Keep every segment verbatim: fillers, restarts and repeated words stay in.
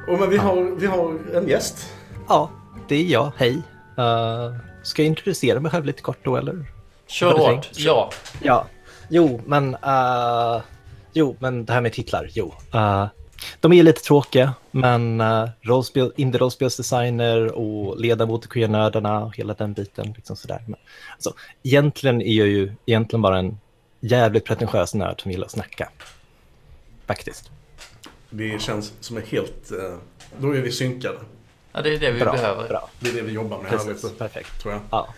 Och men vi har, vi har en gäst. Ja, det är jag. Hej. Uh, ska jag introducera mig själv lite kort då, eller? Kör hårt, ja. Ja. Jo, men... Uh, jo, men det här med titlar, jo. Uh, de är lite tråkiga, men uh, rollspel, indie-rollspelsdesigner och ledamot i queernördarna och hela den biten. Liksom sådär. Men, alltså, egentligen är jag ju egentligen bara en jävligt pretentiös nörd som gillar att snacka. Faktiskt. Det känns som är helt... Uh, då är vi synkade. Ja, det är det vi bra, behöver. Bra. Det är det vi jobbar med. Precis, här lite, perfekt. tror jag. Ja.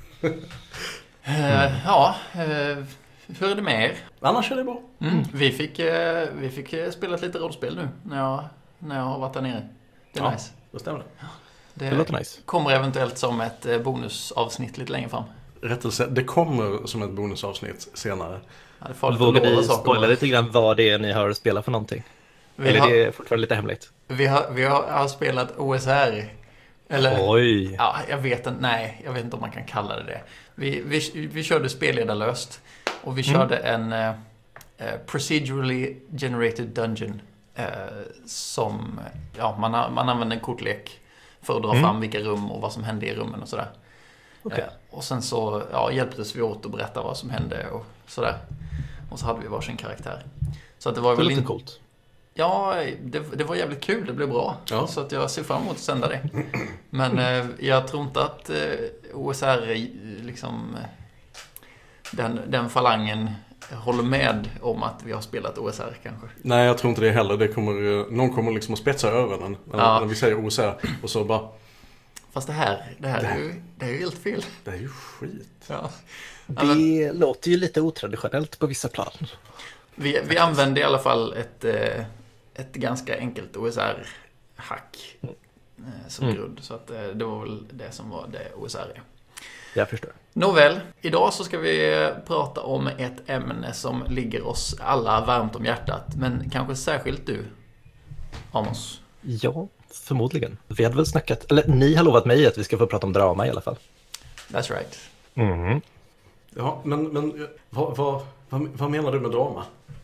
Uh, ja, uh, hur är det med er? Annars är det bra. Mm. Vi, fick, uh, vi fick uh, spela lite rollspel nu när jag, när jag har varit där nere. Det är ja, nice. Det stämmer. Det, det låter nice. Kommer eventuellt som ett uh, bonusavsnitt lite längre fram. Rättelse, det kommer som ett bonusavsnitt senare. Ja, det får lite Vågar lova ni saker spoila bara. lite grann vad det är ni har spelat för någonting? Vi Eller har, det är fortfarande lite hemligt? vi har, vi har, har spelat O S R. Eller, Oj. ja, jag vet inte, nej, jag vet inte om man kan kalla det det. Vi, vi, vi körde spelledarlöst och vi körde en uh, procedurally generated dungeon uh, som, ja, man, man använder en kortlek för att dra Mm. fram vilka rum och vad som hände i rummen och sådär. Okay. Uh, och sen så, ja, hjälptes vi åt att berätta vad som hände och sådär. Och så hade vi varsin karaktär. Så att det var Det väl låter inte... coolt. Ja, det, det var jävligt kul, det blev bra. Ja. Så att jag ser fram emot att sända det. Men eh, jag tror inte att eh, O S R liksom eh, den, den falangen håller med om att vi har spelat O S R kanske. Nej, jag tror inte det heller. Det kommer, någon kommer liksom att spetsa öronen när, Ja. när vi säger O S R och så bara... Fast det här, det här Det är här- ju, det är ju helt fel. Det är ju skit. Ja. Det låter ju lite otraditionellt på vissa plan. Vi, vi använde i alla fall ett, eh, ett ganska enkelt O S R-hack eh, som Mm. grund. Så att, eh, det var väl det som var det O S R är. Jag förstår. Nåväl, idag så ska vi prata om ett ämne som ligger oss alla varmt om hjärtat. Men kanske särskilt du, Amos. Ja, förmodligen. Vi hade väl snackat, eller ni har lovat mig att vi ska få prata om drama i alla fall. That's right. Mm. Ja, men, men vad, vad, vad, vad menar du med drama?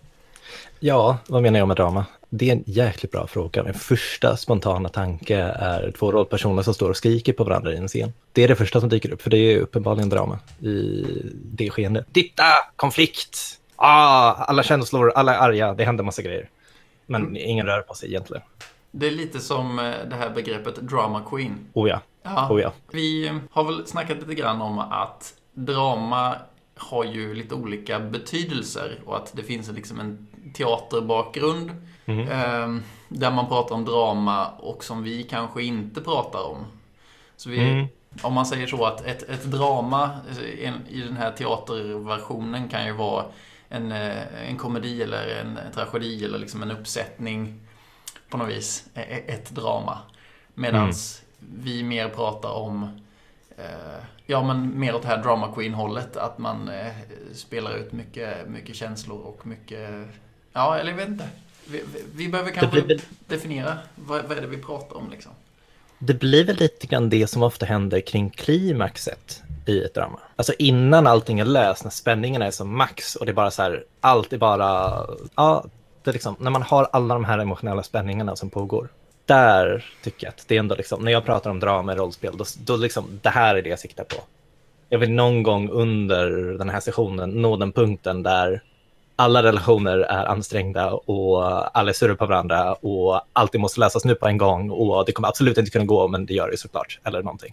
Ja, vad menar jag med drama? Det är en jäkligt bra fråga. Min första spontana tanke är två rollpersoner som står och skriker på varandra i en scen. Det är det första som dyker upp, för det är uppenbarligen drama i det skeendet. Titta! Konflikt! Ah, alla känslor, alla är arga, det händer massa grejer. Men Mm. ingen rör på sig egentligen. Det är lite som eh, det här begreppet drama queen. Oh ja, Ja, oh ja. vi har väl snackat lite grann om att drama har ju lite olika betydelser och att det finns liksom en teaterbakgrund Mhm. eh, där man pratar om drama och som vi kanske inte pratar om. Så vi, Mm. om man säger så att ett, ett drama en, i den här teaterversionen kan ju vara en, eh, en komedi eller en tragedi eller liksom en uppsättning på något vis, e- ett drama. Medans vi mer pratar om eh, ja, men mer åt det här drama queen-hållet, att man eh, spelar ut mycket, mycket känslor och mycket, ja, eller jag vet inte. Vi, vi, vi behöver kanske blir väl- definiera vad, vad är det vi pratar om liksom. Det blir väl lite grann det som ofta händer kring klimaxet i ett drama. Alltså innan allting är löst, när spänningen är som max och det är bara så här, allt är bara, ja, det är liksom, när man har alla de här emotionella spänningarna som pågår. Där tycker jag att det är ändå liksom, när jag pratar om drama i rollspel, då, då liksom, det här är det jag siktar på. Jag vill någon gång under den här sessionen nå den punkten där alla relationer är ansträngda och alla är sura på varandra och allting måste läsas nu på en gång och det kommer absolut inte kunna gå, men det gör det såklart, eller någonting.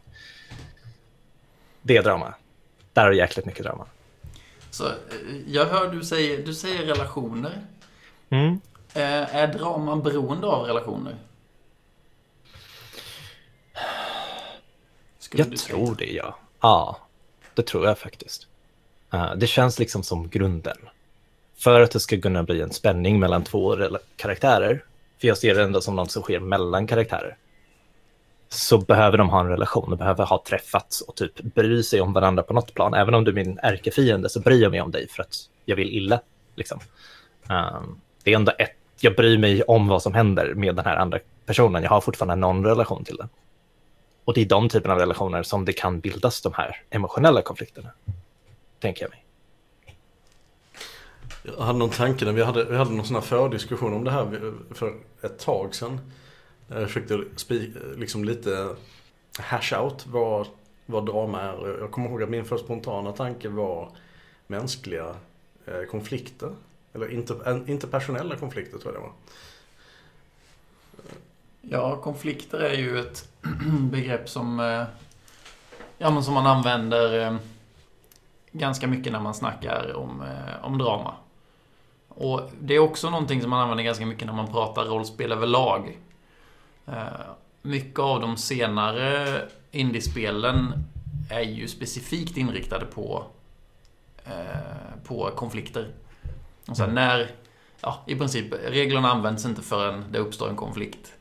Det är drama. Där är det jäkligt mycket drama. Så eh, jag hör du säger, du säger relationer. Mm. Eh, är draman beroende av relationer? Skulle du Jag säga? tror det, ja. Ja, det tror jag faktiskt. Uh, det känns liksom som grunden. För att det ska kunna bli en spänning mellan två rela- karaktärer, för jag ser det ändå som något som sker mellan karaktärer, så behöver de ha en relation, de behöver ha träffats och typ bry sig om varandra på något plan. Även om du är min ärkefiende så bryr jag mig om dig för att jag vill illa. Liksom. Um, det är ändå ett, jag bryr mig om vad som händer med den här andra personen. Jag har fortfarande någon relation till den. Och det är de typerna av relationer som det kan bildas de här emotionella konflikterna, tänker jag mig. Jag hade någon tanke när vi hade, vi hade någon sån här fördiskussion om det här för ett tag sedan. Jag försökte spi- liksom lite hash out vad, vad drama är. Jag kommer ihåg att min första spontana tanke var mänskliga eh, konflikter. Eller inter, interpersonella konflikter tror jag det var. Ja, konflikter är ju ett begrepp som, eh, ja, men som man använder eh, ganska mycket när man snackar om, eh, om drama. Och det är också någonting som man använder ganska mycket när man pratar rollspel överlag. Eh, mycket av de senare indiespelen är ju specifikt inriktade på, eh, på konflikter. Och sen när, ja, i princip, reglerna används inte förrän det uppstår en konflikt.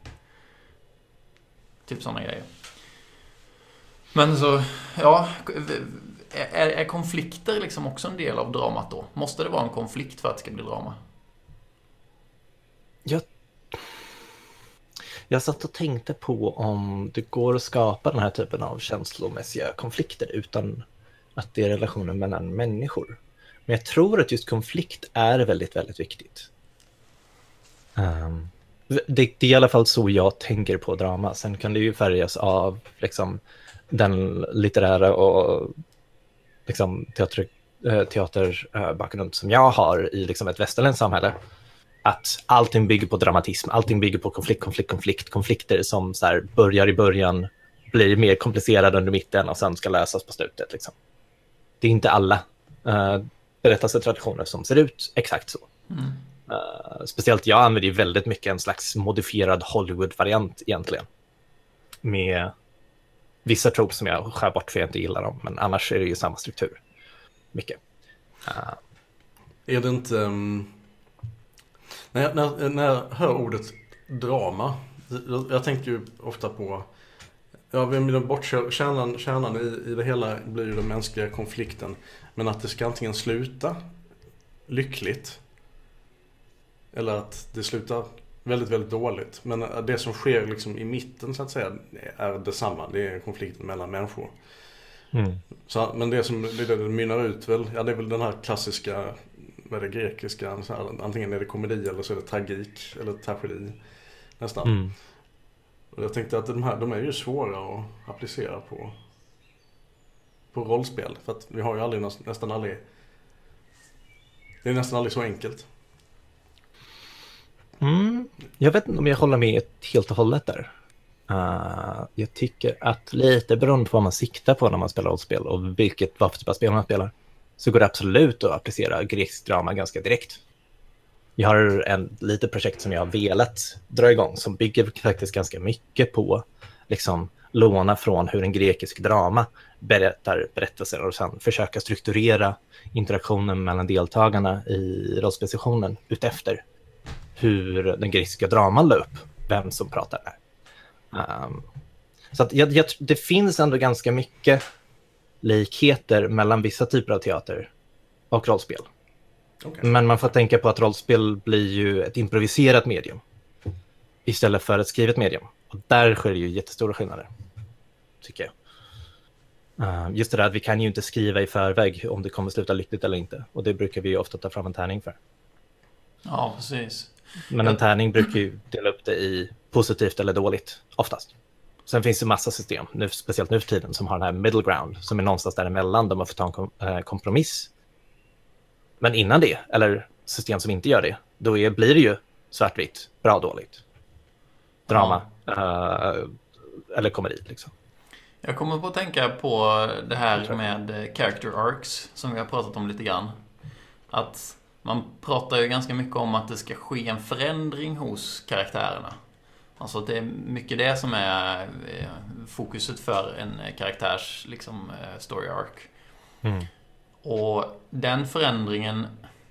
Typ sådana grejer. Men så, ja, är, är konflikter liksom också en del av dramat då? Måste det vara en konflikt för att det ska bli drama? Jag, jag satt och tänkte på om det går att skapa den här typen av känslomässiga konflikter utan att det är relationen mellan människor. Men jag tror att just konflikt är väldigt, väldigt viktigt. Um, det, det är i alla fall så jag tänker på drama. Sen kan det ju färgas av liksom, den litterära och liksom, teater, teaterbakgrund som jag har i liksom, ett västerländskt samhälle. Att allting bygger på dramatism, allting bygger på konflikt, konflikt, konflikt, konflikter som så här, börjar i början, blir mer komplicerade under mitten och sen ska lösas på slutet. Liksom. Det är inte alla uh, berättelsetraditioner som ser ut exakt så. Mm. Uh, speciellt jag använder ju väldigt mycket en slags modifierad Hollywood-variant egentligen. Med vissa tropes som jag skär bort för jag inte gillar dem, men annars är det ju samma struktur. Mycket. Uh. Är det inte... Um... När jag, när, när jag hör ordet drama, jag, jag tänker ju ofta på, ja, bort, kärnan, kärnan i, i det hela blir ju den mänskliga konflikten, men att det ska antingen sluta lyckligt eller att det slutar väldigt, väldigt dåligt. Men det som sker liksom i mitten så att säga är detsamma, det är konflikten mellan människor. Mm. Så, men det som det, det mynnar ut väl, ja, det är väl den här klassiska, vad är det grekiska, så här, antingen är det komedi eller så är det tragik eller tragedi nästan. Mm. Och jag tänkte att de här, de är ju svåra att applicera på på rollspel, för att vi har ju aldrig, nästan aldrig, det är nästan aldrig så enkelt. Mm. Jag vet inte om jag håller med helt och hållet där. Uh, jag tycker att lite beroende på vad man siktar på när man spelar rollspel och vilket vad för typ av spel man spelar, så går det absolut att applicera grekisk drama ganska direkt. Jag har en lite projekt som jag har velat dra igång som bygger faktiskt ganska mycket på liksom låna från hur en grekisk drama berättar berättelser och sen försöka strukturera interaktionen mellan deltagarna i rollspelsessionen utefter hur den grekiska draman la upp, vem som pratar där. Um, så att jag, jag, det finns ändå ganska mycket likheter mellan vissa typer av teater och rollspel. Okay. Men man får tänka på att rollspel blir ju ett improviserat medium istället för ett skrivet medium. Och där sker det ju jättestora skillnader, tycker jag. Uh, just det där att vi kan ju inte skriva i förväg om det kommer sluta lyckligt eller inte. Och det brukar vi ju ofta ta fram en tärning för. Ja, precis. Men en tärning brukar ju dela upp det i positivt eller dåligt, oftast. Sen finns det massa system, nu, speciellt nu för tiden, som har den här middle ground, som är någonstans däremellan där man får ta en kom- äh, kompromiss. Men innan det, eller system som inte gör det, då är, blir det ju svartvitt, bra dåligt. Drama, ja. äh, eller komedi liksom. Jag kommer på att tänka på det här med character arcs som vi har pratat om lite grann. Att man pratar ju ganska mycket om att det ska ske en förändring hos karaktärerna. Alltså att det är mycket det som är fokuset för en karaktärs liksom, story arc. Mm. Och den förändringen,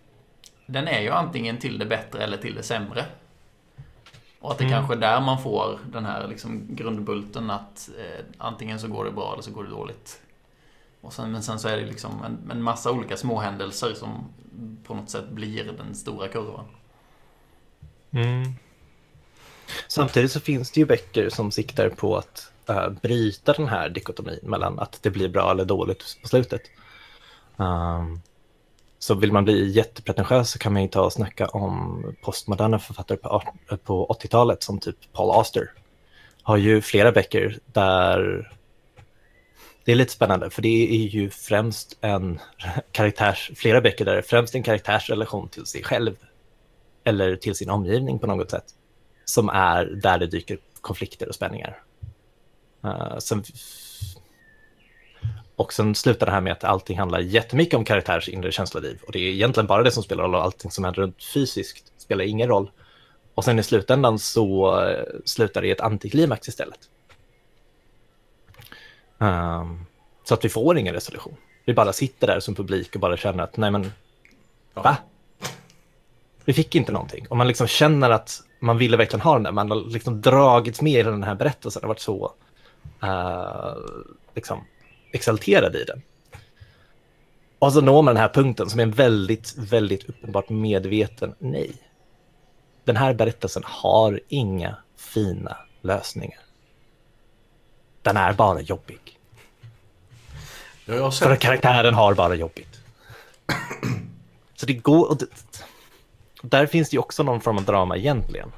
den är ju antingen till det bättre eller till det sämre. Och att det mm. kanske är där man får den här liksom grundbulten att eh, antingen så går det bra eller så går det dåligt. Och sen, men sen så är det liksom en, en massa olika småhändelser som på något sätt blir den stora kurvan. Mm. Samtidigt så finns det ju böcker som siktar på att uh, bryta den här dikotomin mellan att det blir bra eller dåligt på slutet. Um, så vill man bli jättepretentiös så kan man ju ta och snacka om postmoderna författare på, på åttiotalet som typ Paul Auster har ju flera böcker där det är lite spännande, för det är ju främst en karaktärs, flera böcker där det är främst en karaktärsrelation till sig själv eller till sin omgivning på något sätt som är där det dyker konflikter och spänningar. Uh, sen, och sen slutar det här med att allting handlar jättemycket om karaktärs inre känsloliv, och det är egentligen bara det som spelar roll, och allting som händer runt fysiskt spelar ingen roll. Och sen i slutändan så uh, slutar det i ett antiklimax istället. Um, så att vi får ingen resolution. Vi bara sitter där som publik och bara känner att nej men, Ja. va? Vi fick inte någonting. Och man liksom känner att man ville verkligen ha den där. Man har liksom dragits med i den här berättelsen. Det har varit så uh, liksom exalterad i den. Och så når man den här punkten som är en väldigt, väldigt uppenbart medveten nej. Den här berättelsen har inga fina lösningar. Den är bara jobbig. Ja, jag har För att sett... karaktären har bara jobbigt. Så det går... Och det, och där finns det ju också någon form av drama egentligen.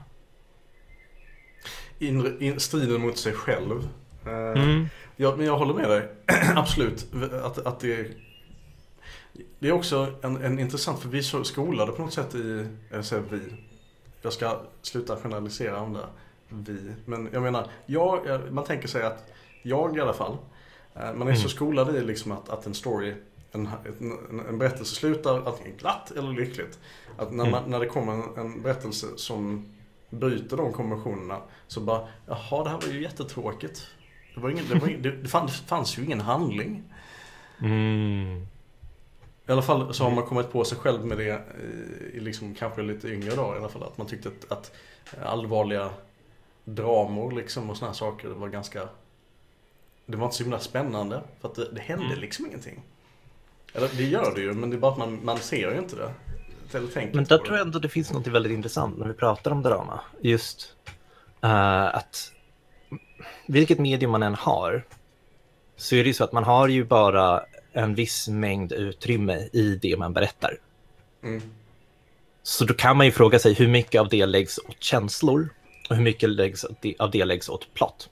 Inre, in, striden mot sig själv. Uh, Mm. ja, men jag håller med dig. Absolut. Att, att det, det är också en, en intressant, för vi är så skolade på något sätt i... Jag säger vi. Jag ska sluta generalisera om det. Vi. Men jag menar, jag, man tänker sig att jag i alla fall, man är Mm. så skolad i liksom att, att en story, en, en, en berättelse slutar antingen glatt eller lyckligt. Att när, man, när det kommer en, en berättelse som bryter de konventionerna, så bara, jaha, det här var ju jättetråkigt. Det, var ingen, det, var ingen, det, det, fanns, det fanns ju ingen handling. Mm. I alla fall så har man kommit på sig själv med det i, i liksom kanske lite yngre dagar i alla fall, att man tyckte att, att allvarliga dramor liksom och såna här saker var ganska, det var inte så himla spännande för att det, det hände Mm. liksom ingenting. Eller det gör det ju, men det är bara att man, man ser ju inte det. Eller tänker Men inte där på tror det. jag ändå det finns något väldigt intressant när vi pratar om drama. Just uh, att vilket medium man än har, så är det ju så att man har ju bara en viss mängd utrymme i det man berättar. Mm. Så då kan man ju fråga sig hur mycket av det läggs åt känslor och hur mycket läggs av det läggs åt plott.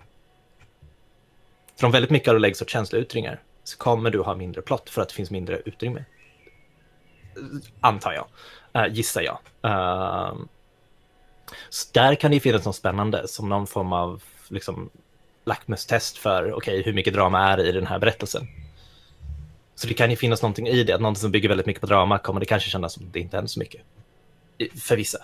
För om väldigt mycket av det läggs åt känsloyttringar så kommer du ha mindre plott för att det finns mindre utrymme. Antar jag. Uh, gissar jag. Uh, så där kan det ju finnas något spännande som någon form av liksom, lackmustest för okay, hur mycket drama är i den här berättelsen. Så det kan ju finnas någonting i det. Att någonting som bygger väldigt mycket på drama kommer det kanske kännas som det inte händer så mycket. För vissa.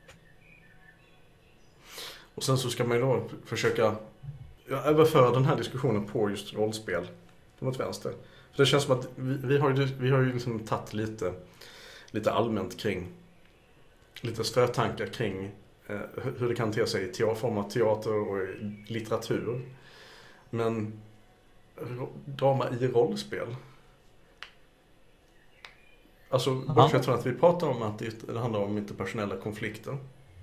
Och sen så ska man ju då försöka överföra den här diskussionen på just rollspel mot vänster. För det känns som att vi, vi har ju, vi har ju liksom tagit lite, lite allmänt kring, lite strötankar kring eh, hur det kan te sig i te- form av teater och i litteratur. Men ro- drama i rollspel. Alltså, bortsett från att vi pratar om att det, det handlar om interpersonella konflikter.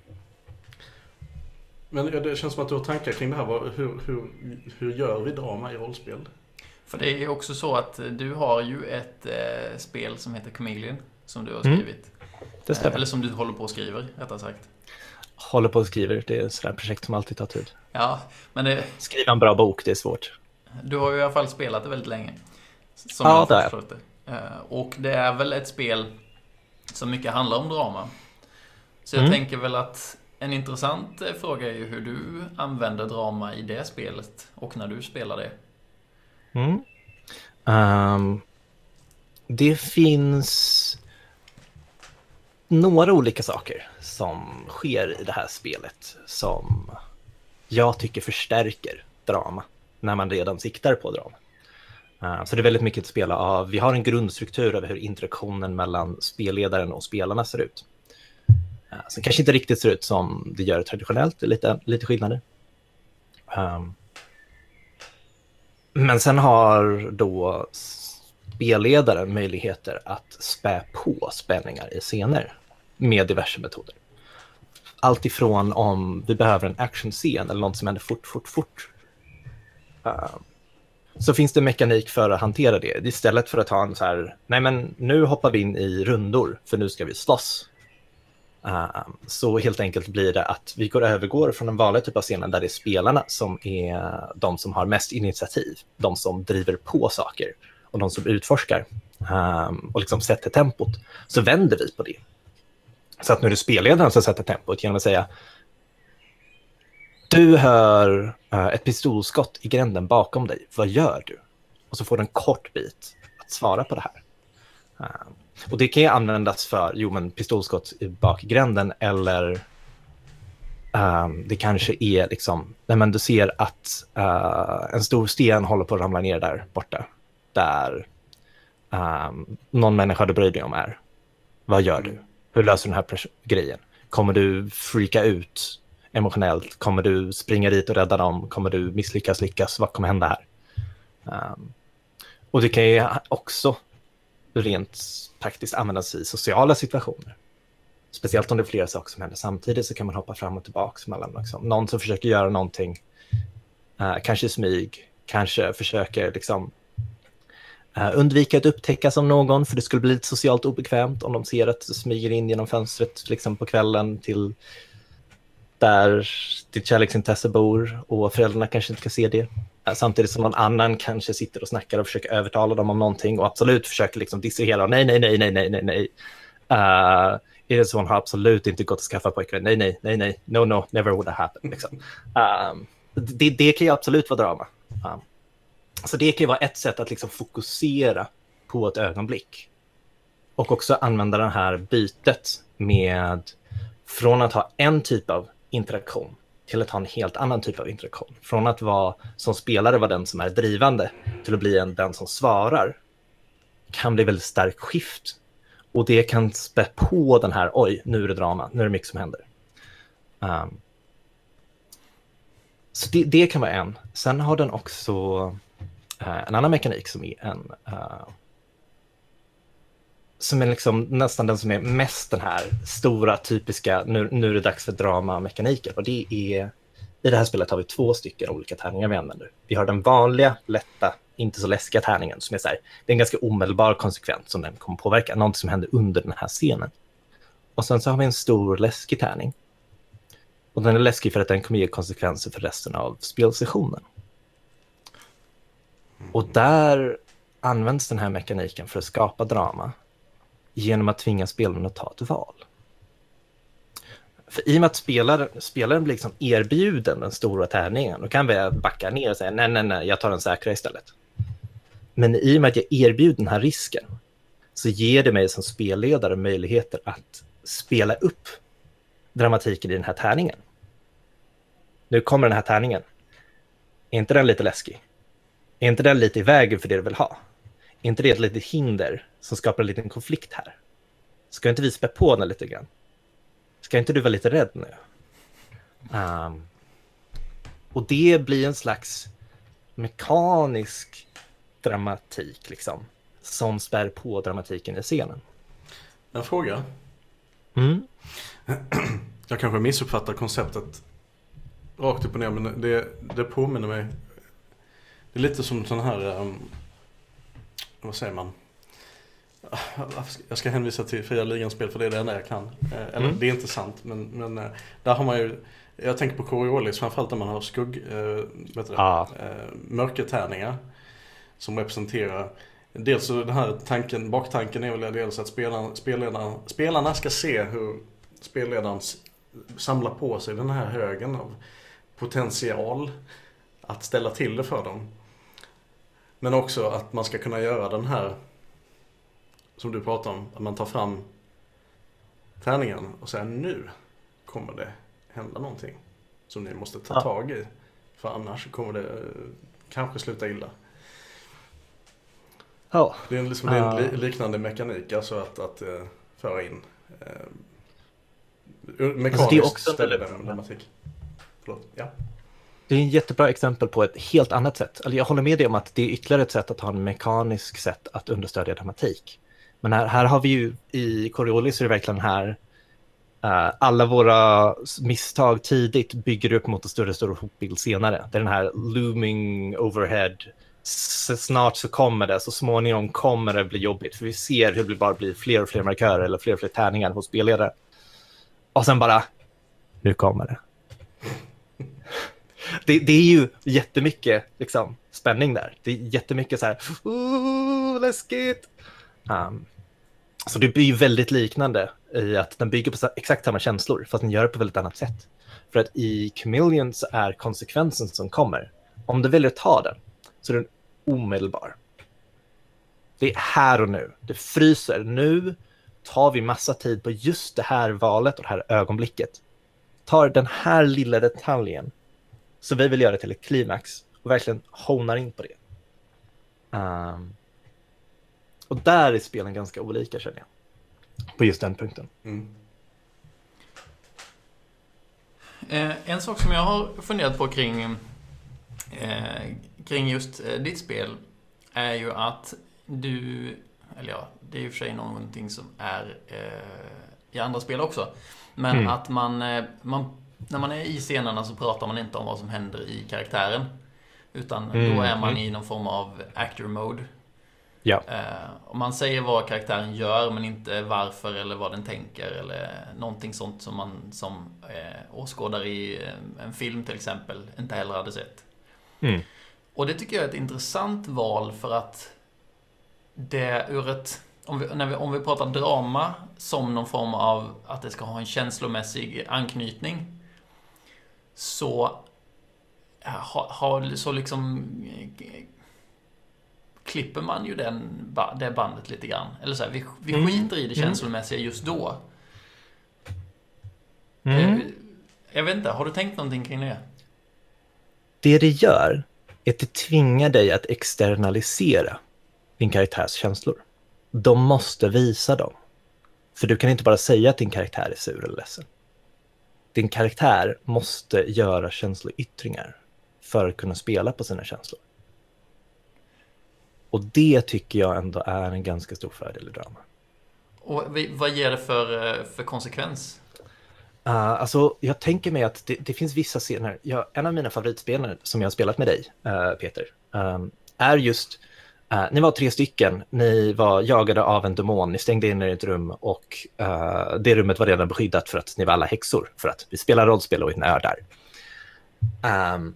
Men ja, det känns som att du har tankar kring det här. Vad- Hur, hur, hur gör vi drama i rollspel? För det är ju också så att du har ju ett eh, spel som heter Chameleon som du har Mm. skrivit. Det Eh, stämmer. eller som du håller på och skriver, rättare sagt. Håller på och skriver. Det är ett sådär projekt som alltid tar tid. Ja, men det, Skriva en bra bok, det är svårt. du har ju i alla fall spelat det väldigt länge. Som Ja, jag det har är. förstått det. Eh, och det är väl ett spel som mycket handlar om drama. Så jag Mm. tänker väl att en intressant eh, fråga är ju hur du använder drama i det spelet och när du spelar det. Mm. Ehm, det finns några olika saker som sker i det här spelet som jag tycker förstärker drama när man redan siktar på drama. Ehm, så det är väldigt mycket att spela av. Vi har en grundstruktur över hur interaktionen mellan spelledaren och spelarna ser ut. Ehm, som kanske inte riktigt ser ut som det gör traditionellt, det är lite, lite skillnader. Ehm, Men sen har då spelledaren möjligheter att spä på spänningar i scener med diverse metoder. Allt ifrån om vi behöver en actionscen eller något som händer fort, fort, fort. Uh, så finns det mekanik för att hantera det. Istället för att ha en så här, nej men nu hoppar vi in i rundor för nu ska vi slåss. Uh, så helt enkelt blir det att vi går övergår från en vanlig typ av scenen där det är spelarna som är de som har mest initiativ, de som driver på saker och de som utforskar um, och liksom sätter tempot, så vänder vi på det. Så att nu är det spelledaren som sätter tempot genom att säga: du hör uh, ett pistolskott i gränden bakom dig, vad gör du? Och så får du en kort bit att svara på det här. Uh, och det kan ju användas för, jo men pistolskott i bakgränden, eller um, det kanske är liksom, nej men du ser att uh, en stor sten håller på att ramla ner där borta, där um, någon människa du bryr dig om är. Vad gör du? Hur löser du den här pres- grejen? Kommer du freaka ut emotionellt? Kommer du springa dit och rädda dem? Kommer du misslyckas, lyckas? Vad kommer hända här? Um, och det kan ju också rent praktiskt användas i sociala situationer. Speciellt om det är flera saker som händer samtidigt, så kan man hoppa fram och tillbaka mellan liksom, någon som försöker göra någonting, uh, kanske smyg, kanske försöker liksom uh, undvika att upptäckas av någon, för det skulle bli lite socialt obekvämt om de ser att du smyger in genom fönstret liksom på kvällen till där ditt kärleksintresse bor, och föräldrarna kanske inte ska se det. Samtidigt som någon annan kanske sitter och snackar och försöker övertala dem om någonting och absolut försöker liksom distrahera. Nej, nej, nej, nej, nej, nej, nej. Uh, är det så hon har absolut inte gått att skaffa pojkvän? Nej, nej, nej, nej. No, no, never would have happened. Liksom. Um, det, det kan ju absolut vara drama. Um, så det kan ju vara ett sätt att liksom fokusera på ett ögonblick. Och också använda det här bytet med från att ha en typ av interaktion till att ha en helt annan typ av interaktion. Från att vara som spelare vara den som är drivande till att bli en, den som svarar, kan bli väldigt stark skift. Och det kan spä på den här, oj, nu är det drama, nu är det mycket som händer. Um, så det, det kan vara en. Sen har den också uh, en annan mekanik som är en uh, som är liksom nästan den som är mest den här stora typiska, nu, nu är det dags för drama-mekaniker. Och det är, i det här spelet har vi två stycken olika tärningar vi använder. Vi har den vanliga, lätta, inte så läskiga tärningen som är så här, det är en ganska omedelbar konsekvens som den kommer påverka, något som händer under den här scenen. Och sen så har vi en stor läskig tärning. Och den är läskig för att den kommer ge konsekvenser för resten av spelsessionen. Och där används den här mekaniken för att skapa drama genom att tvinga spelaren att ta ett val. För i och med att spelaren, spelaren blir liksom erbjuden den stora tärningen, då kan vi backa ner och säga nej, nej, nej, jag tar den säkra istället. Men i och med att jag erbjuder den här risken, så ger det mig som spelledare möjligheter att spela upp dramatiken i den här tärningen. Nu kommer den här tärningen. Är inte den lite läskig? Är inte den lite i vägen för det du vill ha? Är inte det ett litet hinder som skapar en liten konflikt här? Ska inte vi spä på den lite grann? Ska inte du vara lite rädd nu? Um, och det blir en slags mekanisk dramatik liksom, som spär på dramatiken i scenen. En fråga. Mm. Jag kanske missuppfattar konceptet rakt upp och ner, men det, det påminner mig. Det är lite som sån här, um, vad säger man? Jag ska hänvisa till Fria Ligan-spel för det är det enda jag kan. Eller mm. det är inte sant, men, men där har man ju, jag tänker på Coriolis, framförallt när man har skugg, äh, vet du ah. det, äh, mörkertärningar som representerar, dels så den här tanken, baktanken är väl dels att spelarna, spelarna, spelarna ska se hur spelledaren samlar på sig den här högen av potential att ställa till det för dem. Men också att man ska kunna göra den här, som du pratar om, att man tar fram tärningen och säger nu kommer det hända någonting som ni måste ta ja. tag i. För annars kommer det kanske sluta illa. Ja. Det är en, liksom, det är en liknande mekanik, alltså att, att uh, föra in uh, mekaniskt alltså det är också dramatik. Förlåt, ja. Det är en jättebra exempel på ett helt annat sätt. Alltså jag håller med dig om att det är ytterligare ett sätt att ha en mekanisk sätt att understödja dramatik. Men här, här har vi ju i Coriolis är det verkligen här uh, alla våra misstag tidigt bygger upp mot en större större hotbild senare. Det är den här looming overhead. Så snart så kommer det, så småningom kommer det bli jobbigt. För vi ser hur det bara blir fler och fler markörer eller fler och fler tärningar hos spelledare. Och sen bara, nu kommer det. det. Det är ju jättemycket liksom, spänning där. Det är jättemycket så här, ooh, läskigt. Um, så det blir ju väldigt liknande i att den bygger på exakt samma känslor, fast den gör det på väldigt annat sätt. För att i Chameleon så är konsekvensen som kommer, om du väljer att ta den, så är den omedelbar. Det är här och nu. Det fryser. Nu tar vi massa tid på just det här valet och det här ögonblicket. Tar den här lilla detaljen så vi vill göra till ett klimax och verkligen honar in på det. Um, och där är spelen ganska olika, känner jag. På just den punkten. Mm. Eh, en sak som jag har funderat på kring, eh, kring just eh, ditt spel är ju att du, eller ja, det är ju för sig någonting som är eh, i andra spel också. Men mm. att man, eh, man, när man är i scenerna så pratar man inte om vad som händer i karaktären. Utan mm. då är man i någon form av actor mode. Ja. Eh, och man säger vad karaktären gör men inte varför eller vad den tänker eller någonting sånt som man som eh, åskådare i eh, en film till exempel inte heller hade sett. Mm. Och det tycker jag är ett intressant val för att det ur ett om vi, när vi, om vi pratar drama som någon form av att det ska ha en känslomässig anknytning så har ha, så liksom klipper man ju den, det bandet lite grann. Eller så här, vi, vi mm. skiter i det känslomässiga just då. Mm. Jag vet inte, har du tänkt någonting kring det? Det det gör är att det tvingar dig att externalisera din karaktärs känslor. De måste visa dem. För du kan inte bara säga att din karaktär är sur eller ledsen. Din karaktär måste göra känsloyttringar för att kunna spela på sina känslor. Och det tycker jag ändå är en ganska stor fördel i drama. Och vad ger det för, för konsekvens? Uh, alltså, jag tänker mig att det, det finns vissa scener. Jag, en av mina favoritspelare som jag har spelat med dig, uh, Peter, um, är just... Uh, ni var tre stycken, ni var jagade av en demon, ni stängde in er i ett rum och uh, det rummet var redan beskyddat för att ni var alla häxor, för att vi spelar rollspel och är nördar. Um,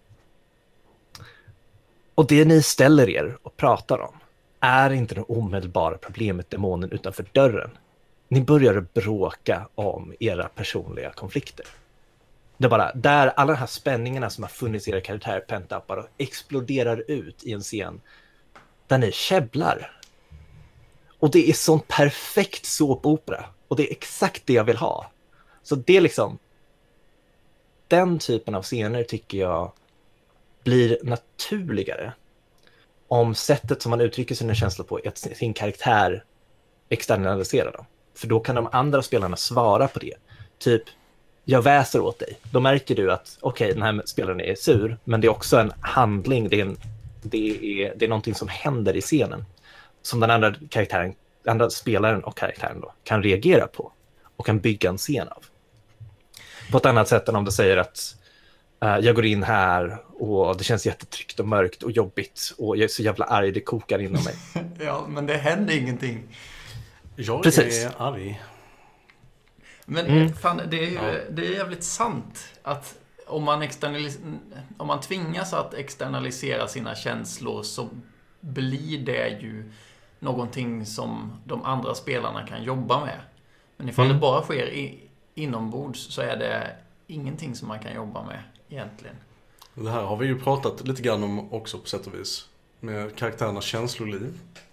och det ni ställer er och pratar om är inte det omedelbara problemet demonen utanför dörren. Ni börjar bråka om era personliga konflikter. Det är bara där alla de här spänningarna som har funnits i era karaktär pent up bara exploderar ut i en scen där ni käbblar. Och det är sån perfekt såpopera. Och det är exakt det jag vill ha. Så det är liksom... Den typen av scener tycker jag blir naturligare om sättet som man uttrycker sina känslor på är att sin karaktär externaliserar dem. För då kan de andra spelarna svara på det. Typ, jag väser åt dig. Då märker du att okej, okay, den här spelaren är sur, men det är också en handling, det är en Det är, det är någonting som händer i scenen som den andra karaktären, andra spelaren och karaktären då kan reagera på och kan bygga en scen av. På ett annat sätt än om du säger att uh, jag går in här och det känns jättetryggt och mörkt och jobbigt och jag är så jävla arg, det kokar inom mig. Ja, men det händer ingenting. Jag Precis. är arg. Men mm. fan, det är ju ja. det är jävligt sant att Om man, externalis- om man tvingas att externalisera sina känslor så blir det ju någonting som de andra spelarna kan jobba med. Men ifall Mm. det bara sker i, inombords så är det ingenting som man kan jobba med egentligen. Det här har vi ju pratat lite grann om också på sätt och vis. Med karaktärernas känsloliv.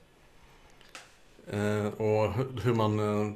Eh, och hur man... Eh,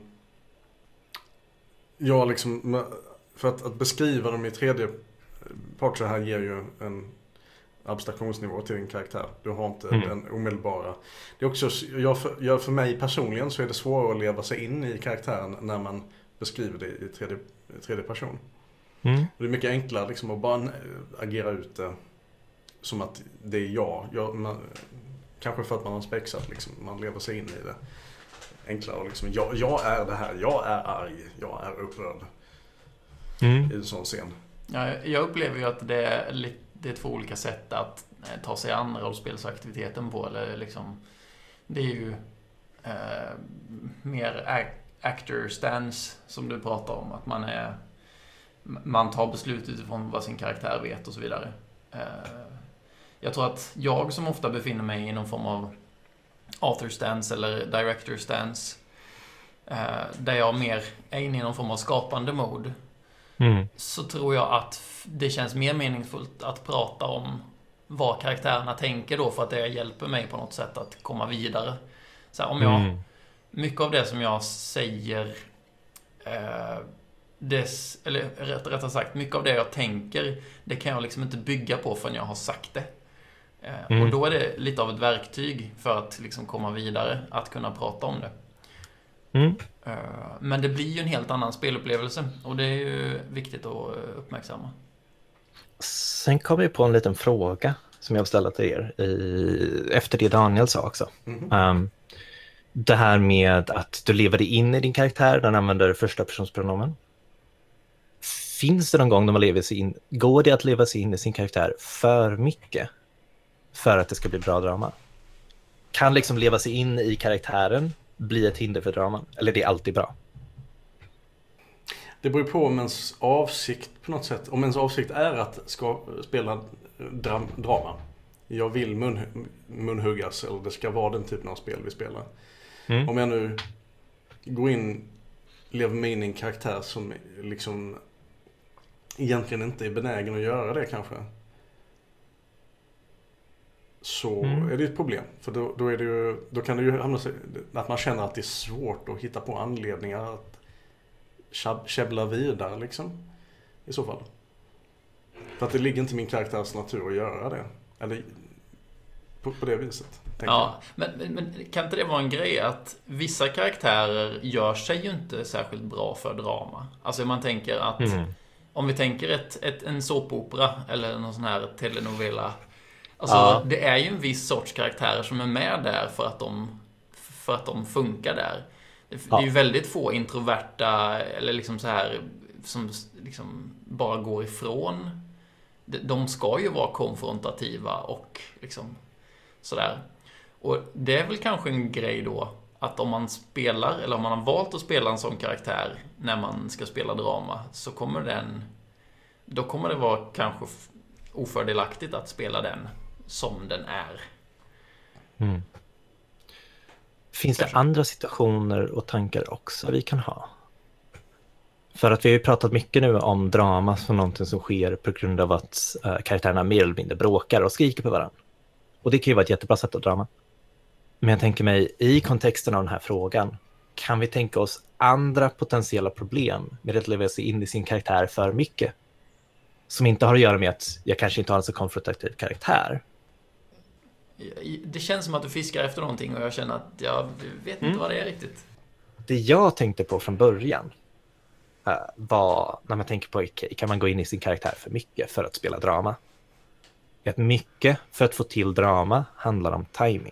ja, liksom... För att, att beskriva dem i tredje part så här ger ju en abstraktionsnivå till din karaktär. Du har inte mm. den omedelbara. Det är också, jag för, jag för mig personligen så är det svårare att leva sig in i karaktären när man beskriver det i tredje, tredje person. Mm. Och det är mycket enklare liksom att bara agera ut det som att det är jag. jag man, kanske för att man har spexat liksom, man lever sig in i det. Enklare liksom, jag, jag är det här, jag är arg, jag är upprörd. Mm. I en sån scen. Ja, jag upplever ju att det är, lite, det är två olika sätt att ta sig an rollspelsaktiviteten på. Eller liksom, det är ju eh, mer actor stance som du pratar om. Att man är man tar beslut utifrån vad sin karaktär vet och så vidare. Jag tror att jag som ofta befinner mig i någon form av author stance eller director stance, där jag mer är inne i någon form av skapande mode, mm. så tror jag att det känns mer meningsfullt att prata om vad karaktärerna tänker då, för att det hjälper mig på något sätt att komma vidare. Så här, om jag, mm. mycket av det som jag säger eh, Des, eller rätt, rättare sagt, mycket av det jag tänker, det kan jag liksom inte bygga på förrän jag har sagt det. Mm. Och då är det lite av ett verktyg för att liksom komma vidare, att kunna prata om det. Mm. Men det blir ju en helt annan spelupplevelse, och det är ju viktigt att uppmärksamma. Sen kommer jag på en liten fråga som jag vill ställa till er i, efter det Daniel sa också. Mm. Um, det här med att du lever dig in i din karaktär, den använder första personspronomen. Finns det någon gång när man lever sig in, går det att leva sig in i sin karaktär för mycket för att det ska bli bra drama? Kan liksom leva sig in i karaktären bli ett hinder för draman? Eller det är alltid bra? Det beror på om ens avsikt på något sätt. Om ens avsikt är att ska spela dram, drama. Jag vill mun, munhuggas, eller det ska vara den typen av spel vi spelar. Mm. Om jag nu går in, lever mig in i en karaktär som liksom egentligen inte är benägen att göra det kanske, så mm. är det ett problem. För då, då, är det ju, då kan det ju hamna sig att man känner att det är svårt att hitta på anledningar att käbbla vidare liksom, i så fall. För att det ligger inte i min karaktärs natur att göra det. Eller på, på det viset. Ja, men, men kan inte det vara en grej att vissa karaktärer gör sig ju inte särskilt bra för drama? Alltså man tänker att mm. om vi tänker ett, ett, en såpopera eller någon sån här telenovela, alltså ja. Det är ju en viss sorts karaktärer som är med där för att de, för att de funkar där. Det, ja. det är ju väldigt få introverta eller liksom så här som liksom bara går ifrån. De, de ska ju vara konfrontativa och liksom sådär. Och det är väl kanske en grej då att om man spelar, eller om man har valt att spela en sån karaktär när man ska spela drama, så kommer den, då kommer det vara kanske ofördelaktigt att spela den som den är. Mm. Finns kanske det andra situationer och tankar också vi kan ha? För att vi har ju pratat mycket nu om drama som någonting som sker på grund av att äh, karaktärerna mer eller mindre bråkar och skriker på varandra. Och det kan ju vara ett jättebra sätt att drama. Men jag tänker mig, i kontexten av den här frågan, kan vi tänka oss andra potentiella problem med att leva sig in i sin karaktär för mycket? Som inte har att göra med att jag kanske inte har en så konfrontativ karaktär. Det känns som att du fiskar efter någonting och jag känner att jag vet inte mm. vad det är riktigt. Det jag tänkte på från början uh, var, när man tänker på okay, kan man gå in i sin karaktär för mycket för att spela drama? Att mycket för att få till drama handlar om timing.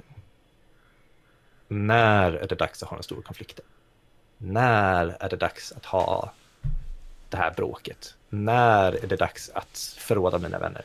När är det dags att ha en stor konflikt? När är det dags att ha det här bråket? När är det dags att förråda mina vänner?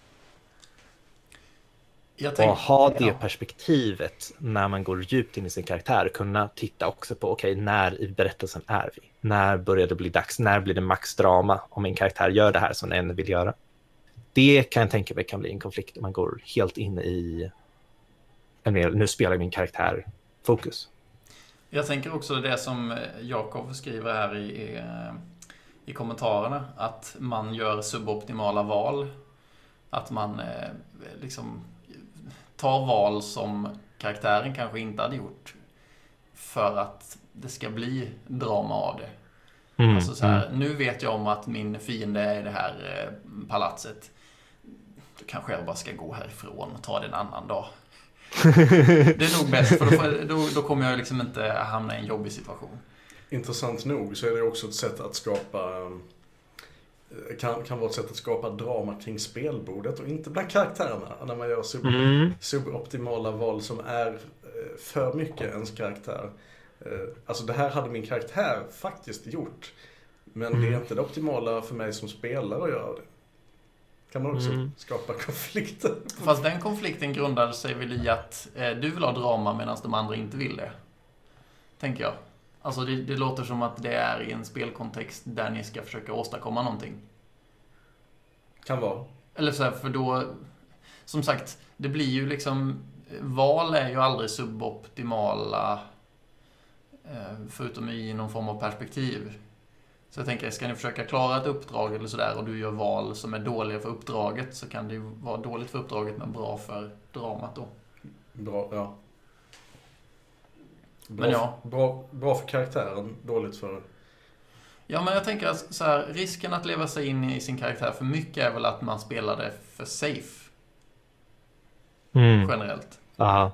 Jag tänk, och ha det ja. perspektivet när man går djupt in i sin karaktär. Kunna titta också på, okej, okay, när i berättelsen är vi? När börjar det bli dags? När blir det maxdrama om en karaktär gör det här som den vill göra? Det kan jag tänka mig kan bli en konflikt om man går helt in i en mer, nu spelar min karaktär fokus. Jag tänker också det som Jakob skriver här i, i kommentarerna, att man gör suboptimala val. Att man liksom tar val som karaktären kanske inte hade gjort för att det ska bli drama av det. Mm, alltså så här, mm. nu vet jag om att min fiende är i det här palatset. Då kanske jag bara ska gå härifrån och ta det en annan dag. Det är nog bäst, för då, då, då kommer jag liksom inte hamna i en jobbig situation. Intressant nog så är det också ett sätt att skapa kan, kan vara ett sätt att skapa drama kring spelbordet och inte bland karaktärerna när man gör sub, mm. suboptimala val som är för mycket ens karaktär. Alltså det här hade min karaktär faktiskt gjort, men mm. det är inte det optimala för mig som spelare att göra det. Kan man också mm. skapa konflikter. Fast den konflikten grundar sig väl i att eh, du vill ha drama medan de andra inte vill det. Tänker jag. Alltså det, det låter som att det är i en spelkontext där ni ska försöka åstadkomma någonting. Kan vara. Eller så här, för då... Som sagt, det blir ju liksom... Val är ju aldrig suboptimala förutom i någon form av perspektiv. Så jag tänker, ska ni försöka klara ett uppdrag eller sådär och du gör val som är dåliga för uppdraget, så kan det ju vara dåligt för uppdraget men bra för dramat då. Bra, ja. Bra, Men ja. för, bra, bra för karaktären, dåligt för... Ja, men jag tänker att så här, risken att leva sig in i sin karaktär för mycket är väl att man spelar det för safe. Mm. Generellt. Ja.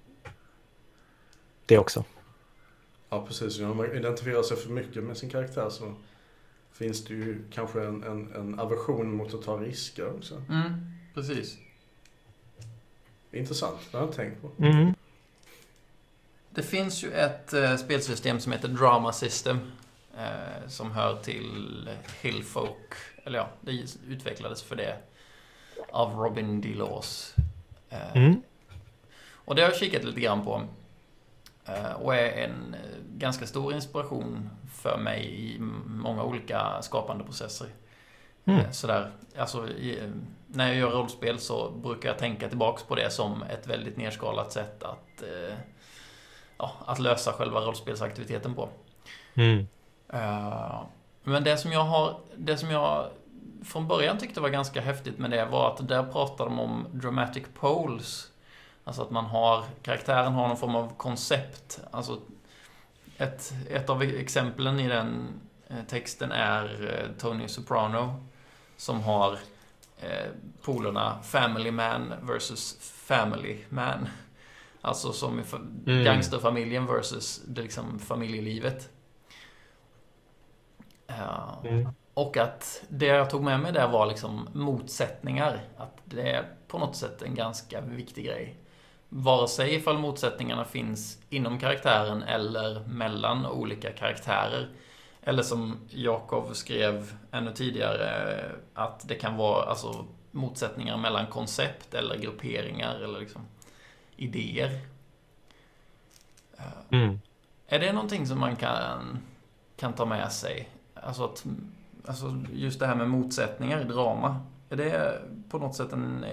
Det också. Ja, precis. Om man identifierar sig för mycket med sin karaktär så finns det ju kanske en, en, en aversion mot att ta risker också. Mm, precis. Intressant, det har jag inte tänkt på. Mm. Det finns ju ett eh, spelsystem som heter Drama System eh, som hör till Hillfolk, eller ja, det utvecklades för det av Robin D. Laws. Eh, Mm. Och det har jag kikat lite grann på eh, och är en eh, ganska stor inspiration för mig i många olika skapande processer. Mm. Eh, sådär, alltså, i, när jag gör rollspel så brukar jag tänka tillbaks på det som ett väldigt nerskalat sätt att eh, Ja, att lösa själva rollspelsaktiviteten på. Mm. Uh, men det som jag har, det som jag från början tyckte var ganska häftigt med det var att där pratar de om dramatic poles. Alltså att man har, karaktären har någon form av koncept. Alltså ett, ett av exemplen i den texten är Tony Soprano som har eh, polerna Family Man versus Family Man. Alltså som i Mm. gangsterfamiljen versus det liksom familjelivet. Ja. Mm. Och att det jag tog med mig där var liksom motsättningar. Att det är på något sätt en ganska viktig grej. Vare sig ifall motsättningarna finns inom karaktären eller mellan olika karaktärer. Eller som Jakob skrev ännu tidigare, att det kan vara alltså motsättningar mellan koncept eller grupperingar eller liksom idéer. Mm. Är det någonting som man kan, kan ta med sig? Alltså, att, alltså just det här med motsättningar i drama. Är det på något sätt en,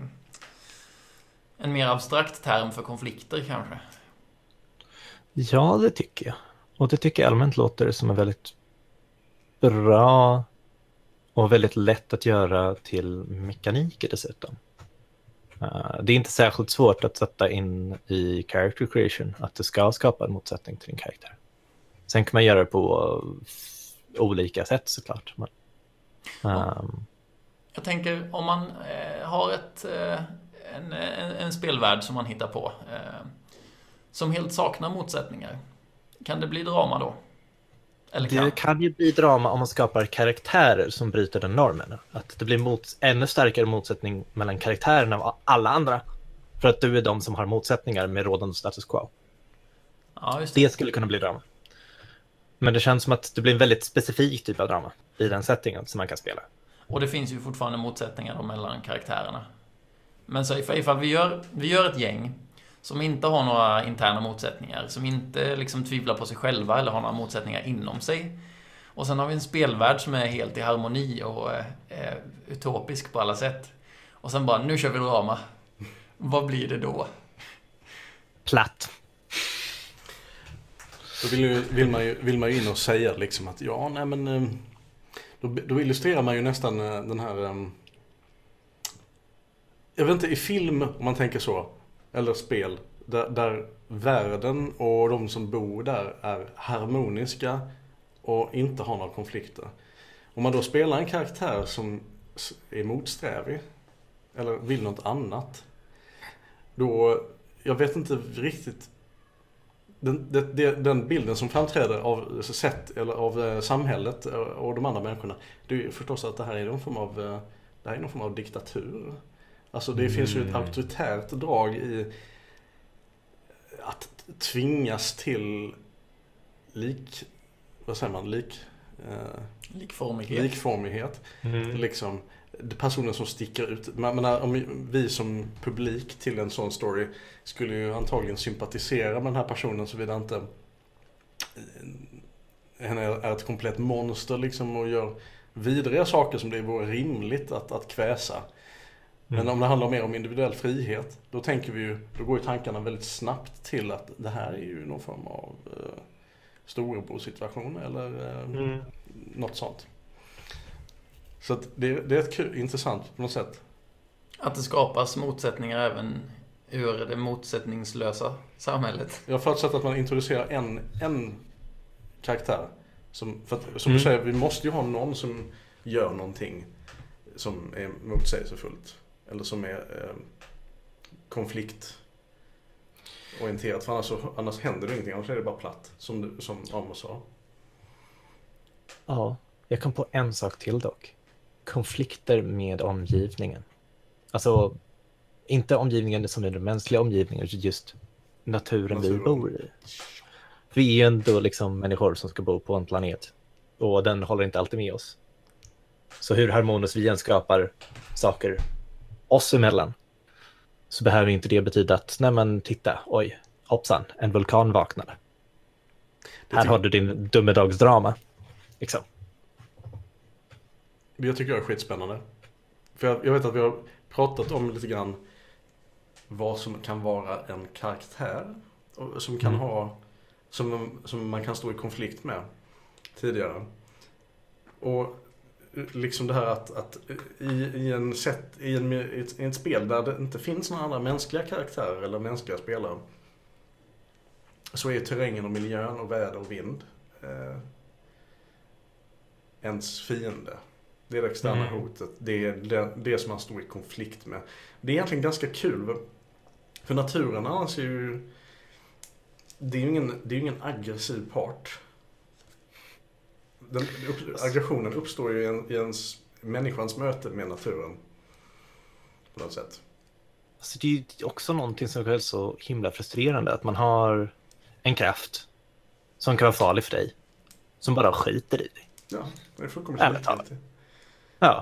en mer abstrakt term för konflikter kanske? Ja, det tycker jag. Och det tycker jag allmänt låter som en väldigt bra och väldigt lätt att göra till mekaniker dessutom. Uh, det är inte särskilt svårt att sätta in i character creation att det ska skapa en motsättning till en karaktär. Sen kan man göra det på uh, olika sätt såklart. Men, um... Jag tänker om man eh, har ett, eh, en, en, en spelvärld som man hittar på eh, som helt saknar motsättningar. Kan det bli drama då? Eller kan? Det kan ju bli drama om man skapar karaktärer som bryter den normen. Att det blir mot, ännu starkare motsättning mellan karaktärerna av alla andra. För att du är de som har motsättningar med rådande status quo. Ja, just det. Det skulle kunna bli drama. Men det känns som att det blir en väldigt specifik typ av drama i den settingen som man kan spela. Och det finns ju fortfarande motsättningar då mellan karaktärerna. Men så ifall, ifall vi, gör, vi gör ett gäng som inte har några interna motsättningar, som inte liksom tvivlar på sig själva eller har några motsättningar inom sig. Och sen har vi en spelvärld som är helt i harmoni och eh, utopisk på alla sätt. Och sen bara, nu kör vi drama. Vad blir det då? Platt. Då vill, ju, vill, man ju, vill man ju in och säga liksom att ja, nej men då, då illustrerar man ju nästan den här jag vet inte, i film om man tänker så, eller spel där, där världen och de som bor där är harmoniska och inte har några konflikter. Om man då spelar en karaktär som är motsträvig eller vill något annat, då, jag vet inte riktigt den, den, den bilden som framträder av sätt eller av samhället och de andra människorna, det är förstås att det här är någon form av det här är någon form av diktatur. Alltså det mm. finns ju ett auktoritärt drag i att tvingas till lik, vad säger man, lik eh, likformighet. likformighet. Mm. Liksom personen som sticker ut. Men menar, om vi, vi som publik till en sån story skulle ju antagligen sympatisera med den här personen, så vidare inte henne är ett komplett monster liksom och gör vidriga saker som det vore rimligt att, att kväsa. Men Mm. om det handlar mer om individuell frihet, då tänker vi ju, då går ju tankarna väldigt snabbt till att det här är ju någon form av eh, storebror-situation eller eh, Mm. något sånt. Så att det, det är ett kul, intressant på något sätt. Att det skapas motsättningar även ur det motsättningslösa samhället. Jag förutsätter att man introducerar en, en karaktär. Som, för att, som Mm. du säger, vi måste ju ha någon som gör någonting som är motsägelsefullt. Eller som är eh, konfliktorienterat. För annars, så, annars händer det ingenting, annars är det bara platt. Som, du- som Amos sa. Ja, jag kom på en sak till dock. Konflikter med omgivningen. Alltså, inte omgivningen som är den mänskliga omgivningen, utan just naturen, vi Naturen. bor i. Vi är ju ändå liksom människor som ska bo på en planet. Och den håller inte alltid med oss. Så hur harmoniskt vi än skapar saker oss emellan, så behöver inte det betyda att, nej men titta, oj, hoppsan, en vulkan vaknade. Här ty- har du din domedagsdrama. Liksom. Det tycker jag är skitspännande. För jag, jag vet att vi har pratat om lite grann vad som kan vara en karaktär. Och som kan Mm. ha, som, som man kan stå i konflikt med tidigare. Och liksom det här att, att i, i, en set, i, en, i, ett, i ett spel där det inte finns några andra mänskliga karaktärer eller mänskliga spelare, så är terrängen och miljön och väder och vind eh, ens fiende. Det är det externa Mm. hotet. Det är det, det som man står i konflikt med. Det är egentligen ganska kul. För naturen annars är ju, det är ju ingen, det är ju ingen aggressiv part. Den, upp, aggressionen uppstår ju i, en, i ens, människans möte med naturen. På något sätt. Alltså, det är ju också någonting som är så himla frustrerande, att man har en kraft som kan vara farlig för dig, som bara skiter i dig. Ja, det är fullkomligt Ärligt talat. likgiltigt. Ja,